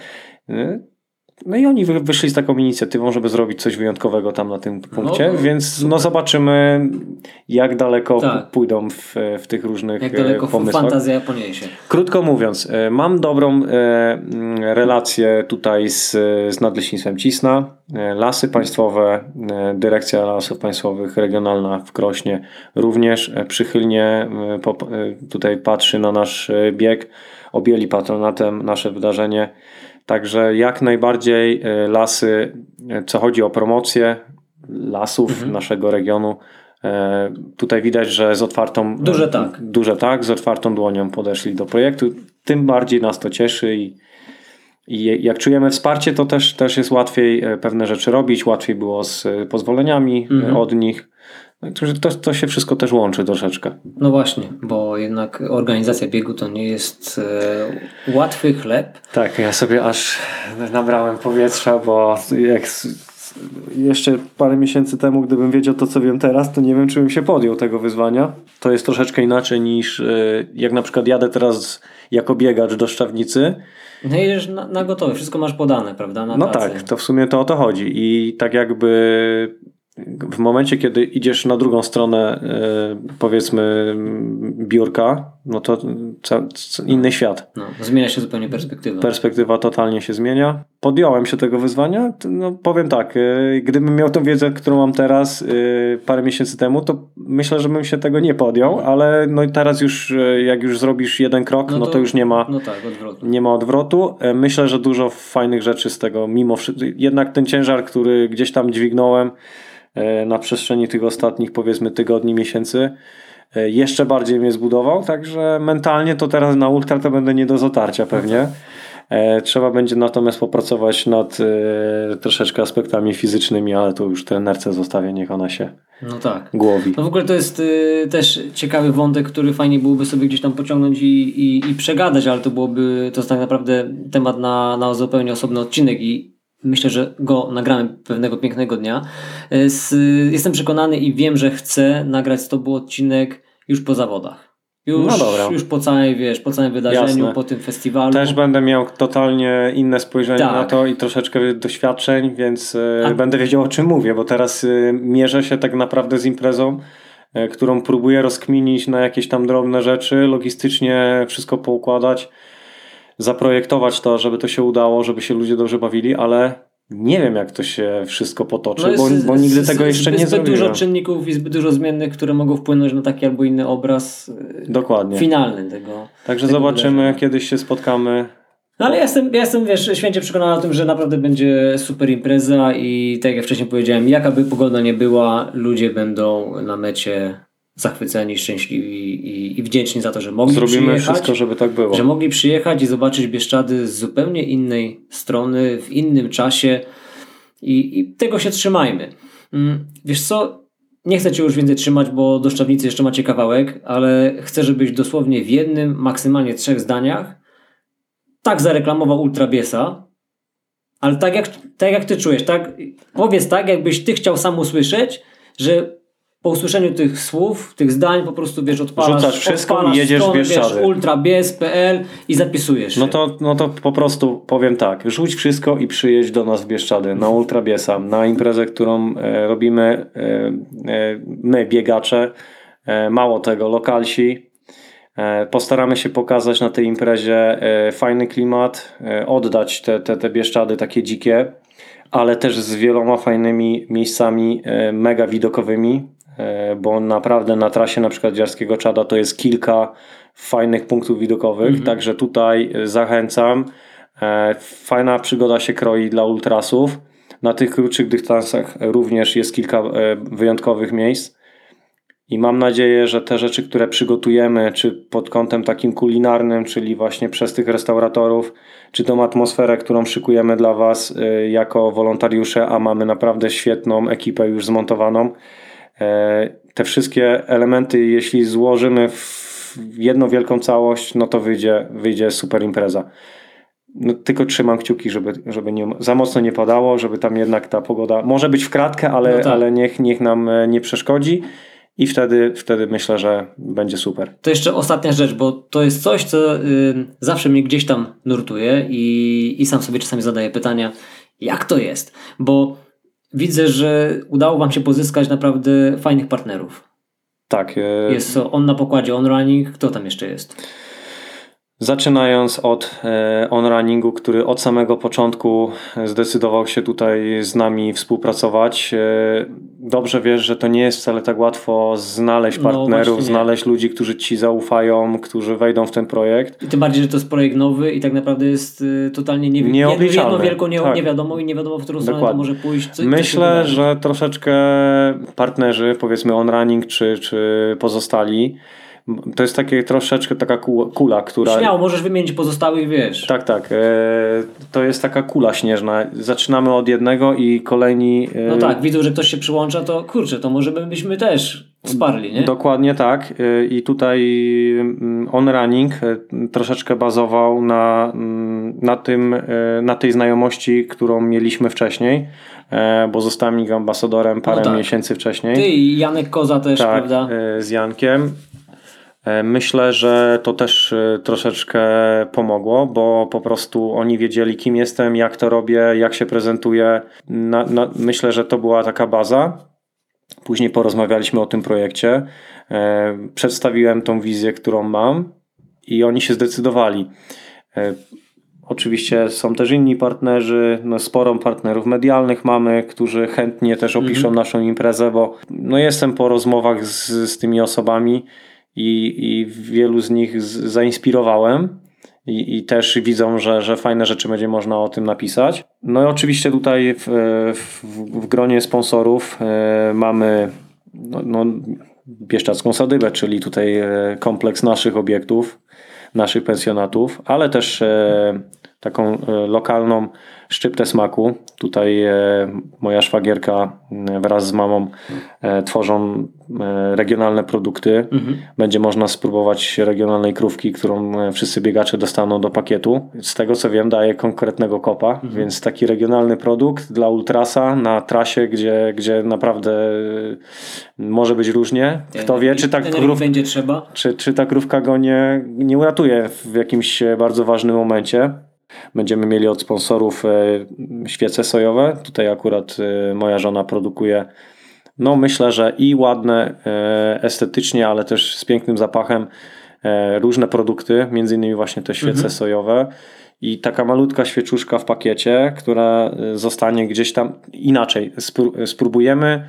No i oni wyszli z taką inicjatywą, żeby zrobić coś wyjątkowego tam na tym punkcie, no, więc super. no zobaczymy, jak daleko tak. pójdą w, w tych różnych jak daleko pomysłach. Fantazja poniesie. Krótko mówiąc, mam dobrą relację tutaj z, z Nadleśnictwem Cisna. Lasy Państwowe, Dyrekcja Lasów Państwowych Regionalna w Krośnie również przychylnie tutaj patrzy na nasz bieg. Objęli patronatem nasze wydarzenie. Także jak najbardziej lasy, co chodzi o promocję lasów mhm. naszego regionu, tutaj widać, że z otwartą duże tak. duże tak, z otwartą dłonią podeszli do projektu. Tym bardziej nas to cieszy i, i jak czujemy wsparcie, to też, też jest łatwiej pewne rzeczy robić, łatwiej było z pozwoleniami mhm. od nich. To, to się wszystko też łączy troszeczkę. No właśnie, bo jednak organizacja biegu to nie jest e, łatwy chleb. Tak, ja sobie aż nabrałem powietrza, bo jak jeszcze parę miesięcy temu, gdybym wiedział to, co wiem teraz, to nie wiem, czy bym się podjął tego wyzwania. To jest troszeczkę inaczej niż e, jak na przykład jadę teraz jako biegacz do Szczawnicy. No jedziesz na, na gotowe, wszystko masz podane, prawda? Na no tacy. Tak, to w sumie to o to chodzi i tak jakby w momencie, kiedy idziesz na drugą stronę powiedzmy biurka, no to ca- ca- inny świat. No, zmienia się zupełnie perspektywa. Perspektywa totalnie się zmienia. Podjąłem się tego wyzwania. No, powiem tak, gdybym miał tą wiedzę, którą mam teraz parę miesięcy temu, to myślę, że bym się tego nie podjął, ale no i teraz już jak już zrobisz jeden krok, no to, no to już nie ma, no tak, odwrotu. nie ma odwrotu. Myślę, że dużo fajnych rzeczy z tego mimo wszystko. Jednak ten ciężar, który gdzieś tam dźwignąłem na przestrzeni tych ostatnich powiedzmy tygodni, miesięcy jeszcze bardziej mnie zbudował, także mentalnie to teraz na ultra to będę nie do zatarcia pewnie. E, trzeba będzie natomiast popracować nad e, troszeczkę aspektami fizycznymi, ale to już trenerce zostawię, niech ona się no tak. głowi. No w ogóle to jest y, też ciekawy wątek, który fajnie byłoby sobie gdzieś tam pociągnąć i, i, i przegadać, ale to byłoby, to jest tak naprawdę temat na, na zupełnie osobny odcinek i myślę, że go nagramy pewnego pięknego dnia. Z, jestem przekonany i wiem, że chcę nagrać z tobą odcinek już po zawodach. Już, no dobra. już po całej, wiesz, po całym wydarzeniu, Jasne. po tym festiwalu. Też będę miał totalnie inne spojrzenie tak. na to i troszeczkę doświadczeń, więc A... będę wiedział, o czym mówię, bo teraz mierzę się tak naprawdę z imprezą, którą próbuję rozkminić na jakieś tam drobne rzeczy, logistycznie wszystko poukładać, zaprojektować to, żeby to się udało, żeby się ludzie dobrze bawili, ale nie wiem, jak to się wszystko potoczy, no bo, bo nigdy tego jeszcze nie zbyt zrobiłem. Zbyt dużo czynników i zbyt dużo zmiennych, które mogą wpłynąć na taki albo inny obraz Dokładnie. finalny tego. Także tego zobaczymy, wydarzenia. Kiedyś się spotkamy. No ale ja jestem, ja jestem wiesz, święcie przekonany o tym, że naprawdę będzie super impreza i tak jak wcześniej powiedziałem, jaka by pogoda nie była, ludzie będą na mecie zachwyceni, szczęśliwi i, i wdzięczni za to, że mogli Zrobimy przyjechać. wszystko, żeby tak było. Że mogli przyjechać i zobaczyć Bieszczady z zupełnie innej strony, w innym czasie i, i tego się trzymajmy. Wiesz co, nie chcę Cię już więcej trzymać, bo do Szczawnicy jeszcze macie kawałek, ale chcę, żebyś dosłownie w jednym, maksymalnie trzech zdaniach tak zareklamował Ultra Biesa, ale tak jak, tak jak Ty czujesz, tak? Powiedz tak, jakbyś Ty chciał sam usłyszeć, że po usłyszeniu tych słów, tych zdań po prostu wiesz, odpalasz, Rzucasz wszystko odpalasz i jedziesz w Bieszczady. wiesz, ultrabies kropka p l i zapisujesz. No to, no to po prostu powiem tak, rzuć wszystko i przyjedź do nas w Bieszczady, na Ultra Biesa, na imprezę, którą e, robimy e, e, my, biegacze, e, mało tego, lokalsi. E, postaramy się pokazać na tej imprezie e, fajny klimat, e, oddać te, te, te Bieszczady takie dzikie, ale też z wieloma fajnymi miejscami e, mega widokowymi, bo naprawdę na trasie na przykład Dziarskiego Czada to jest kilka fajnych punktów widokowych, mhm. także tutaj zachęcam. Fajna przygoda się kroi dla ultrasów. Na tych krótszych dystansach również jest kilka wyjątkowych miejsc i mam nadzieję, że te rzeczy, które przygotujemy, czy pod kątem takim kulinarnym, czyli właśnie przez tych restauratorów, czy tą atmosferę, którą szykujemy dla Was jako wolontariusze, a mamy naprawdę świetną ekipę już zmontowaną, te wszystkie elementy, jeśli złożymy w jedną wielką całość, no to wyjdzie, wyjdzie super impreza. No, tylko trzymam kciuki, żeby, żeby nie, za mocno nie padało, żeby tam jednak ta pogoda może być w kratkę, ale, no tak. ale niech, niech nam nie przeszkodzi i wtedy, wtedy myślę, że będzie super. To jeszcze ostatnia rzecz, bo to jest coś, co y, zawsze mnie gdzieś tam nurtuje i, i sam sobie czasami zadaję pytania, jak to jest? Bo widzę, że udało Wam się pozyskać naprawdę fajnych partnerów. Tak. E... Jest to On na pokładzie, On Running. Kto tam jeszcze jest? Zaczynając od e, On Runningu, który od samego początku zdecydował się tutaj z nami współpracować. E, dobrze wiesz, że to nie jest wcale tak łatwo znaleźć partnerów, no znaleźć ludzi, którzy Ci zaufają, którzy wejdą w ten projekt. I tym bardziej, że to jest projekt nowy i tak naprawdę jest y, totalnie nie, jedną wielką nie, tak. niewiadomą i nie wiadomo, w którą stronę to może pójść. Co, Myślę, że troszeczkę partnerzy, powiedzmy On Running czy, czy pozostali, to jest takie troszeczkę taka kula, która... Śmiało, możesz wymienić pozostałych, wiesz. Tak, tak. E, to jest taka kula śnieżna. Zaczynamy od jednego i kolejni... E... No tak, widzą, że ktoś się przyłącza, to kurczę, to może byśmy też wsparli, nie? Dokładnie tak. E, I tutaj On Running troszeczkę bazował na, na tym, na tej znajomości, którą mieliśmy wcześniej, e, bo zostałem ambasadorem parę no tak. miesięcy wcześniej. Ty i Janek Koza też, tak, prawda? E, z Jankiem. Myślę, że to też troszeczkę pomogło, bo po prostu oni wiedzieli, kim jestem, jak to robię, jak się prezentuję. Na, na, myślę, że to była taka baza. Później porozmawialiśmy o tym projekcie. E, przedstawiłem tą wizję, którą mam i oni się zdecydowali. E, oczywiście są też inni partnerzy, no sporo partnerów medialnych mamy, którzy chętnie też opiszą mhm. naszą imprezę, bo no jestem po rozmowach z, z tymi osobami. I, i wielu z nich z, zainspirowałem i, i też widzą, że, że fajne rzeczy będzie można o tym napisać. No i oczywiście tutaj w, w, w gronie sponsorów e, mamy no, no, Bieszczadzką Sadybę, czyli tutaj e, kompleks naszych obiektów, naszych pensjonatów, ale też e, taką lokalną szczyptę smaku. Tutaj moja szwagierka wraz z mamą tworzą regionalne produkty. Mhm. Będzie można spróbować regionalnej krówki, którą wszyscy biegacze dostaną do pakietu. Z tego co wiem, daje konkretnego kopa, mhm. więc taki regionalny produkt dla ultrasa na trasie, gdzie, gdzie naprawdę może być różnie. Kto wie, czy ta, krów... będzie trzeba. Czy, czy ta krówka go nie, nie uratuje w jakimś bardzo ważnym momencie. Będziemy mieli od sponsorów świece sojowe. Tutaj akurat moja żona produkuje, no myślę, że i ładne estetycznie, ale też z pięknym zapachem różne produkty, między innymi właśnie te świece mhm. sojowe. I taka malutka świeczuszka w pakiecie, która zostanie gdzieś tam inaczej. Spróbujemy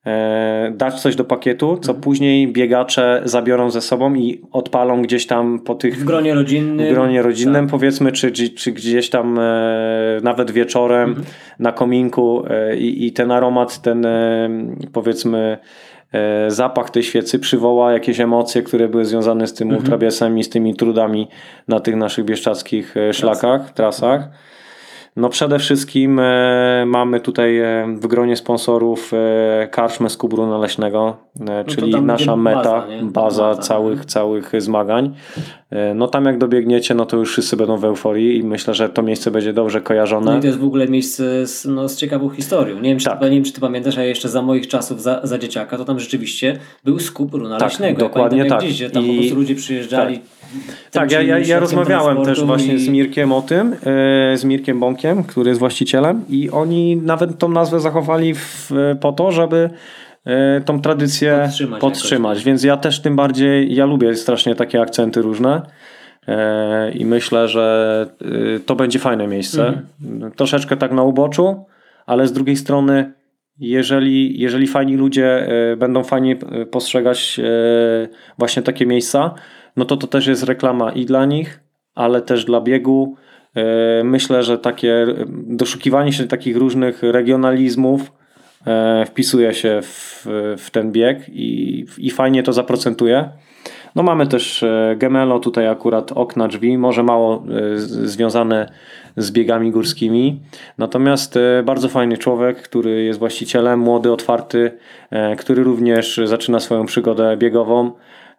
dać coś do pakietu, co mhm. później biegacze zabiorą ze sobą i odpalą gdzieś tam po tych... W gronie rodzinnym. W gronie rodzinnym tak. powiedzmy, czy, czy, czy gdzieś tam e, nawet wieczorem mhm. na kominku e, i ten aromat, ten e, powiedzmy e, zapach tej świecy przywoła jakieś emocje, które były związane z tym mhm. ultrabiesem i z tymi trudami na tych naszych bieszczadzkich szlakach, trasach. No przede wszystkim e, mamy tutaj e, w gronie sponsorów e, karczmę z Kubruna Leśnego, e, czyli no nasza meta, baza, baza, baza całych, całych zmagań. E, no tam jak dobiegniecie, no to już wszyscy będą w euforii i myślę, że to miejsce będzie dobrze kojarzone. No i to jest w ogóle miejsce z, no, z ciekawą historią. Nie wiem, czy, tak. ty, nie wiem, czy ty pamiętasz, a jeszcze za moich czasów, za, za dzieciaka, to tam rzeczywiście był z Kubruna tak, Leśnego. Dokładnie ja tak. Gdzieś, gdzie tam I... po prostu ludzie przyjeżdżali. Tak. Tak, ja, ja, ja rozmawiałem też właśnie i... z Mirkiem o tym, yy, z Mirkiem Bąkiem, który jest właścicielem i oni nawet tą nazwę zachowali w, po to, żeby yy, tą tradycję podtrzymać, podtrzymać. Więc ja też tym bardziej, ja lubię strasznie takie akcenty różne yy, i myślę, że yy, to będzie fajne miejsce. Mhm. Troszeczkę tak na uboczu, ale z drugiej strony jeżeli, jeżeli fajni ludzie yy, będą fajnie postrzegać yy, właśnie takie miejsca, no to to też jest reklama i dla nich, ale też dla biegu. Myślę, że takie doszukiwanie się takich różnych regionalizmów wpisuje się w, w ten bieg i, i fajnie to zaprocentuje. No mamy też Gemelo, tutaj akurat okna, drzwi, może mało związane z biegami górskimi. Natomiast bardzo fajny człowiek, który jest właścicielem, młody, otwarty, który również zaczyna swoją przygodę biegową.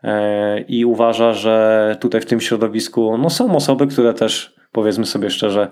I uważa, że tutaj w tym środowisku no są osoby, które też, powiedzmy sobie szczerze,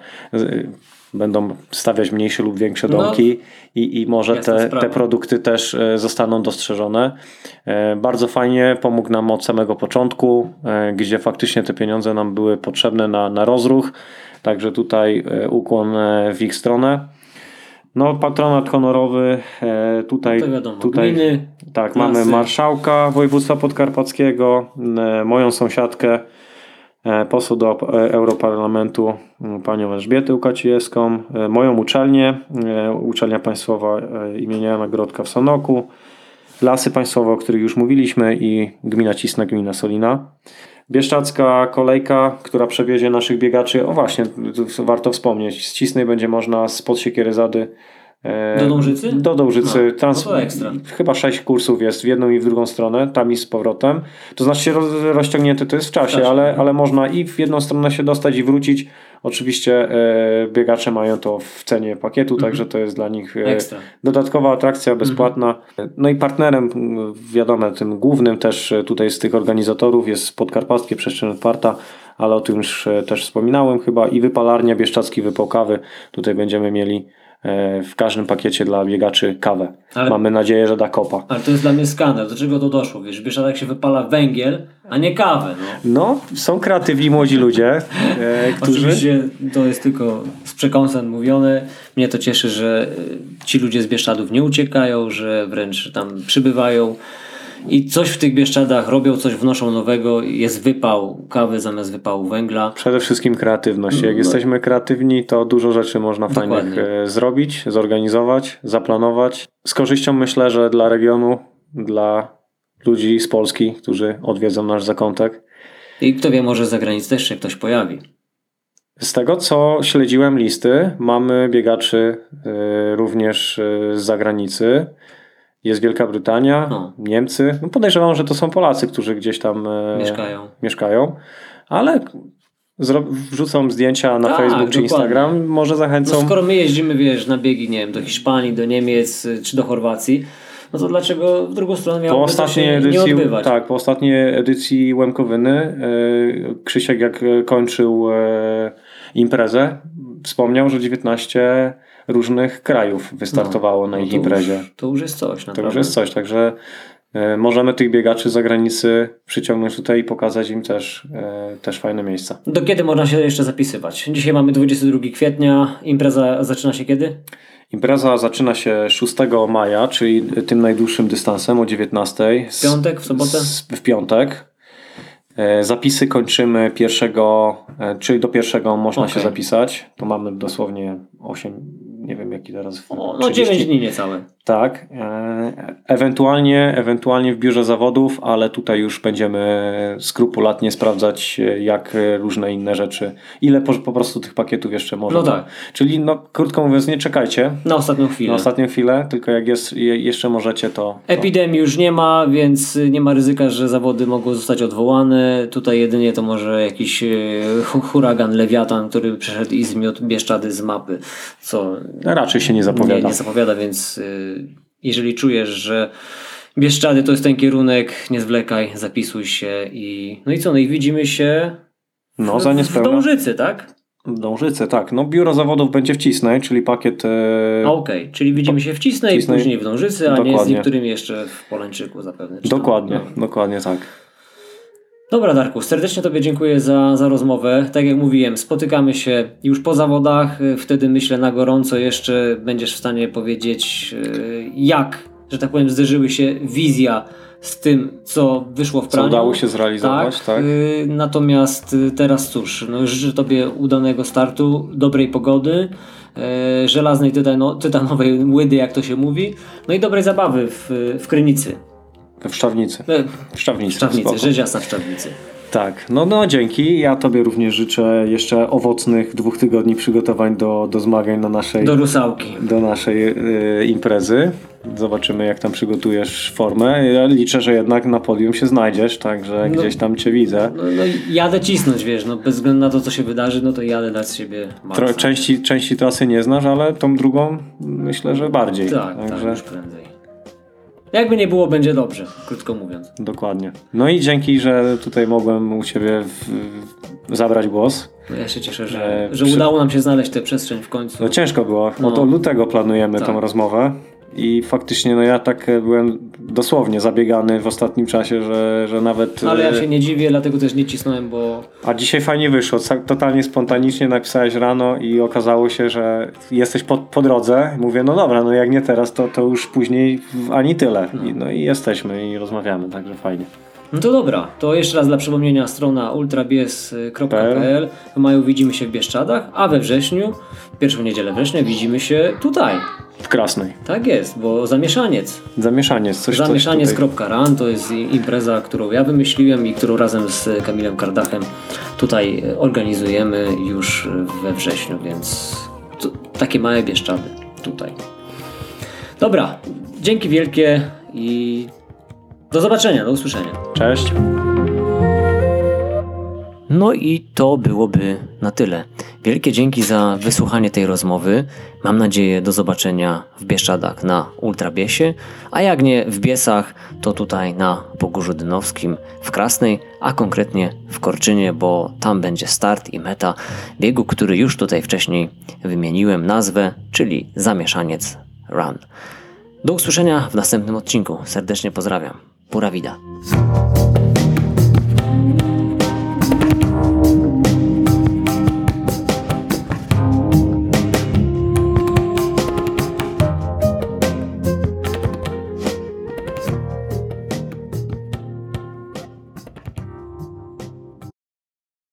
będą stawiać mniejsze lub większe domki no, i, i może te, te produkty też zostaną dostrzeżone. Bardzo fajnie pomógł nam od samego początku, gdzie faktycznie te pieniądze nam były potrzebne na, na rozruch, także tutaj ukłon w ich stronę. No, patronat honorowy tutaj, no to wiadomo, tutaj gminy, tak, klasy. Mamy marszałka województwa podkarpackiego, moją sąsiadkę, poseł do Europarlamentu panią Elżbietę Łukacijewską, moją uczelnię, uczelnia państwowa imienia Jana Grodka w Sanoku, Lasy Państwowe, o których już mówiliśmy i gmina Cisna, gmina Solina. Bieszczadzka kolejka, która przewiezie naszych biegaczy. O właśnie, warto wspomnieć. Z Cisnej będzie można spod Siekieryzady do Dążycy? Do Dążycy. No, Trans... no to ekstra. Chyba sześć kursów jest w jedną i w drugą stronę, tam i z powrotem. To znaczy się roz... rozciągnięte to jest w czasie, w czasie ale, ale można i w jedną stronę się dostać i wrócić. Oczywiście e, biegacze mają to w cenie pakietu, mm-hmm. także to jest dla nich e, dodatkowa atrakcja, bezpłatna. Mm-hmm. No i partnerem, wiadomo, tym głównym też tutaj z tych organizatorów jest Podkarpackie Przestrzeń Otwarta, ale o tym już też wspominałem chyba, i Wypalarnia Bieszczadzki Wypał Kawy. Tutaj będziemy mieli w każdym pakiecie dla biegaczy kawę. Ale, mamy nadzieję, że da kopa. Ale to jest dla mnie skandal. Do czego to doszło? Wiesz, w Bieszczadach się wypala węgiel, a nie kawę. No, no są kreatywni młodzi ludzie, e, którzy... Oczywiście to jest tylko z przekąsem mówione. Mnie to cieszy, że ci ludzie z Bieszczadów nie uciekają, że wręcz tam przybywają i coś w tych Bieszczadach robią, coś wnoszą nowego. Jest wypał kawy zamiast wypału węgla. Przede wszystkim kreatywność. Jak no. jesteśmy kreatywni, to dużo rzeczy można Dokładnie. fajnych zrobić, zorganizować, zaplanować. Z korzyścią myślę, że dla regionu, dla ludzi z Polski, którzy odwiedzą nasz zakątek. I kto wie, może z zagranicy też się ktoś pojawi. Z tego, co śledziłem listy, mamy biegaczy również z zagranicy. Jest Wielka Brytania, no. Niemcy. No podejrzewam, że to są Polacy, którzy gdzieś tam mieszkają. mieszkają. Ale Zro- wrzucą zdjęcia na tak, Facebook czy dokładnie. Instagram, może zachęcą. No skoro my jeździmy, wiesz, na biegi, nie wiem, do Hiszpanii, do Niemiec czy do Chorwacji, no to dlaczego w drugą stronę miałoby to się edycji, nie odbywać? Tak, po ostatniej edycji Łemkowyny yy, Krzysiek jak kończył yy, imprezę, wspomniał, że dziewiętnaście różnych krajów wystartowało no, na ich no to imprezie. Już, to już jest coś. Naprawdę. To już jest coś, także yy, możemy tych biegaczy z zagranicy przyciągnąć tutaj i pokazać im też, yy, też fajne miejsca. Do kiedy można się jeszcze zapisywać? Dzisiaj mamy dwudziestego drugiego kwietnia, impreza zaczyna się kiedy? Impreza zaczyna się szóstego maja, czyli tym najdłuższym dystansem o dziewiętnastej. W piątek, w sobotę? W piątek. Zapisy kończymy pierwszego, czyli do pierwszego można okay. się zapisać. To mamy dosłownie osiem, nie wiem jaki teraz. O, no dziewięć dni niecałe. Tak. Ewentualnie, ewentualnie w biurze zawodów, ale tutaj już będziemy skrupulatnie sprawdzać, jak różne inne rzeczy. Ile po, po prostu tych pakietów jeszcze może. No tak. Czyli no, krótko mówiąc, nie czekajcie. Na ostatnią chwilę. Na ostatnią chwilę, tylko jak jest, jeszcze możecie, to, to... Epidemii już nie ma, więc nie ma ryzyka, że zawody mogą zostać odwołane. Tutaj jedynie to może jakiś huragan, lewiatan, który przeszedł i zmiótł Bieszczady z mapy, co raczej się nie zapowiada. Nie, nie zapowiada, więc jeżeli czujesz, że Bieszczady to jest ten kierunek, nie zwlekaj, zapisuj się i no i co, no i widzimy się w, no, za w Dążycy, tak? W Dążycy, tak. No biuro zawodów będzie w Cisnej, czyli pakiet... E... Okej, okay. Czyli widzimy się w Cisnej, Cisnej, później w Dążycy, a dokładnie. Nie z niektórymi jeszcze w Polańczyku zapewne. Dokładnie, no. dokładnie tak. Dobra Darku, serdecznie Tobie dziękuję za, za rozmowę. Tak jak mówiłem, spotykamy się już po zawodach, wtedy myślę na gorąco jeszcze będziesz w stanie powiedzieć jak, że tak powiem, zderzyły się wizja z tym, co wyszło w praniu. Co udało się zrealizować, tak. tak. Natomiast teraz cóż, no życzę Tobie udanego startu, dobrej pogody, żelaznej tytano, tytanowej łydy, jak to się mówi, no i dobrej zabawy w, w Krynicy. W Szczawnicy. W Szczawnicy, w Szczawnicy, rzecz jasna w Szczawnicy. Tak, no no dzięki. Ja Tobie również życzę jeszcze owocnych dwóch tygodni przygotowań do, do zmagań na naszej... Do Rusałki. Do naszej y, imprezy. Zobaczymy jak tam przygotujesz formę. Ja liczę, że jednak na podium się znajdziesz, także no, gdzieś tam Cię widzę. No, no jadę cisnąć, wiesz, no bez względu na to co się wydarzy, no to jadę dać z siebie maksa. Tro, części, części trasy nie znasz, ale tą drugą myślę, że bardziej. Tak, także... tak, już prędzej. Jakby nie było, będzie dobrze, krótko mówiąc. Dokładnie. No i dzięki, że tutaj mogłem u Ciebie w, w, zabrać głos. No ja się cieszę, że, że przy... udało nam się znaleźć tę przestrzeń w końcu. No ciężko było. No. Od lutego planujemy tak. tą rozmowę i faktycznie no ja tak byłem dosłownie zabiegany w ostatnim czasie, że, że nawet... Ale ja się nie dziwię, dlatego też nie cisnąłem, bo... A dzisiaj fajnie wyszło. Totalnie spontanicznie napisałeś rano i okazało się, że jesteś po, po drodze. Mówię, no dobra, no jak nie teraz, to, to już później ani tyle. No. I, no i jesteśmy i rozmawiamy, także fajnie. No to dobra, to jeszcze raz dla przypomnienia strona ultrabies kropka p l. W maju widzimy się w Bieszczadach, a we wrześniu, pierwszą niedzielę września widzimy się tutaj. W Krasnej. Tak jest, bo Zamieszaniec. Zamieszaniec. Coś, Zamieszaniec kropka r a n to jest impreza, którą ja wymyśliłem i którą razem z Kamilem Kardachem tutaj organizujemy już we wrześniu, więc to, takie małe Bieszczady tutaj. Dobra, dzięki wielkie i do zobaczenia, do usłyszenia. Cześć. No i to byłoby na tyle. Wielkie dzięki za wysłuchanie tej rozmowy. Mam nadzieję do zobaczenia w Bieszczadach na Ultrabiesie, a jak nie w Biesach, to tutaj na Pogórzu Dynowskim w Krasnej, a konkretnie w Korczynie, bo tam będzie start i meta biegu, który już tutaj wcześniej wymieniłem nazwę, czyli Zamieszaniec Run. Do usłyszenia w następnym odcinku. Serdecznie pozdrawiam. Pura vida.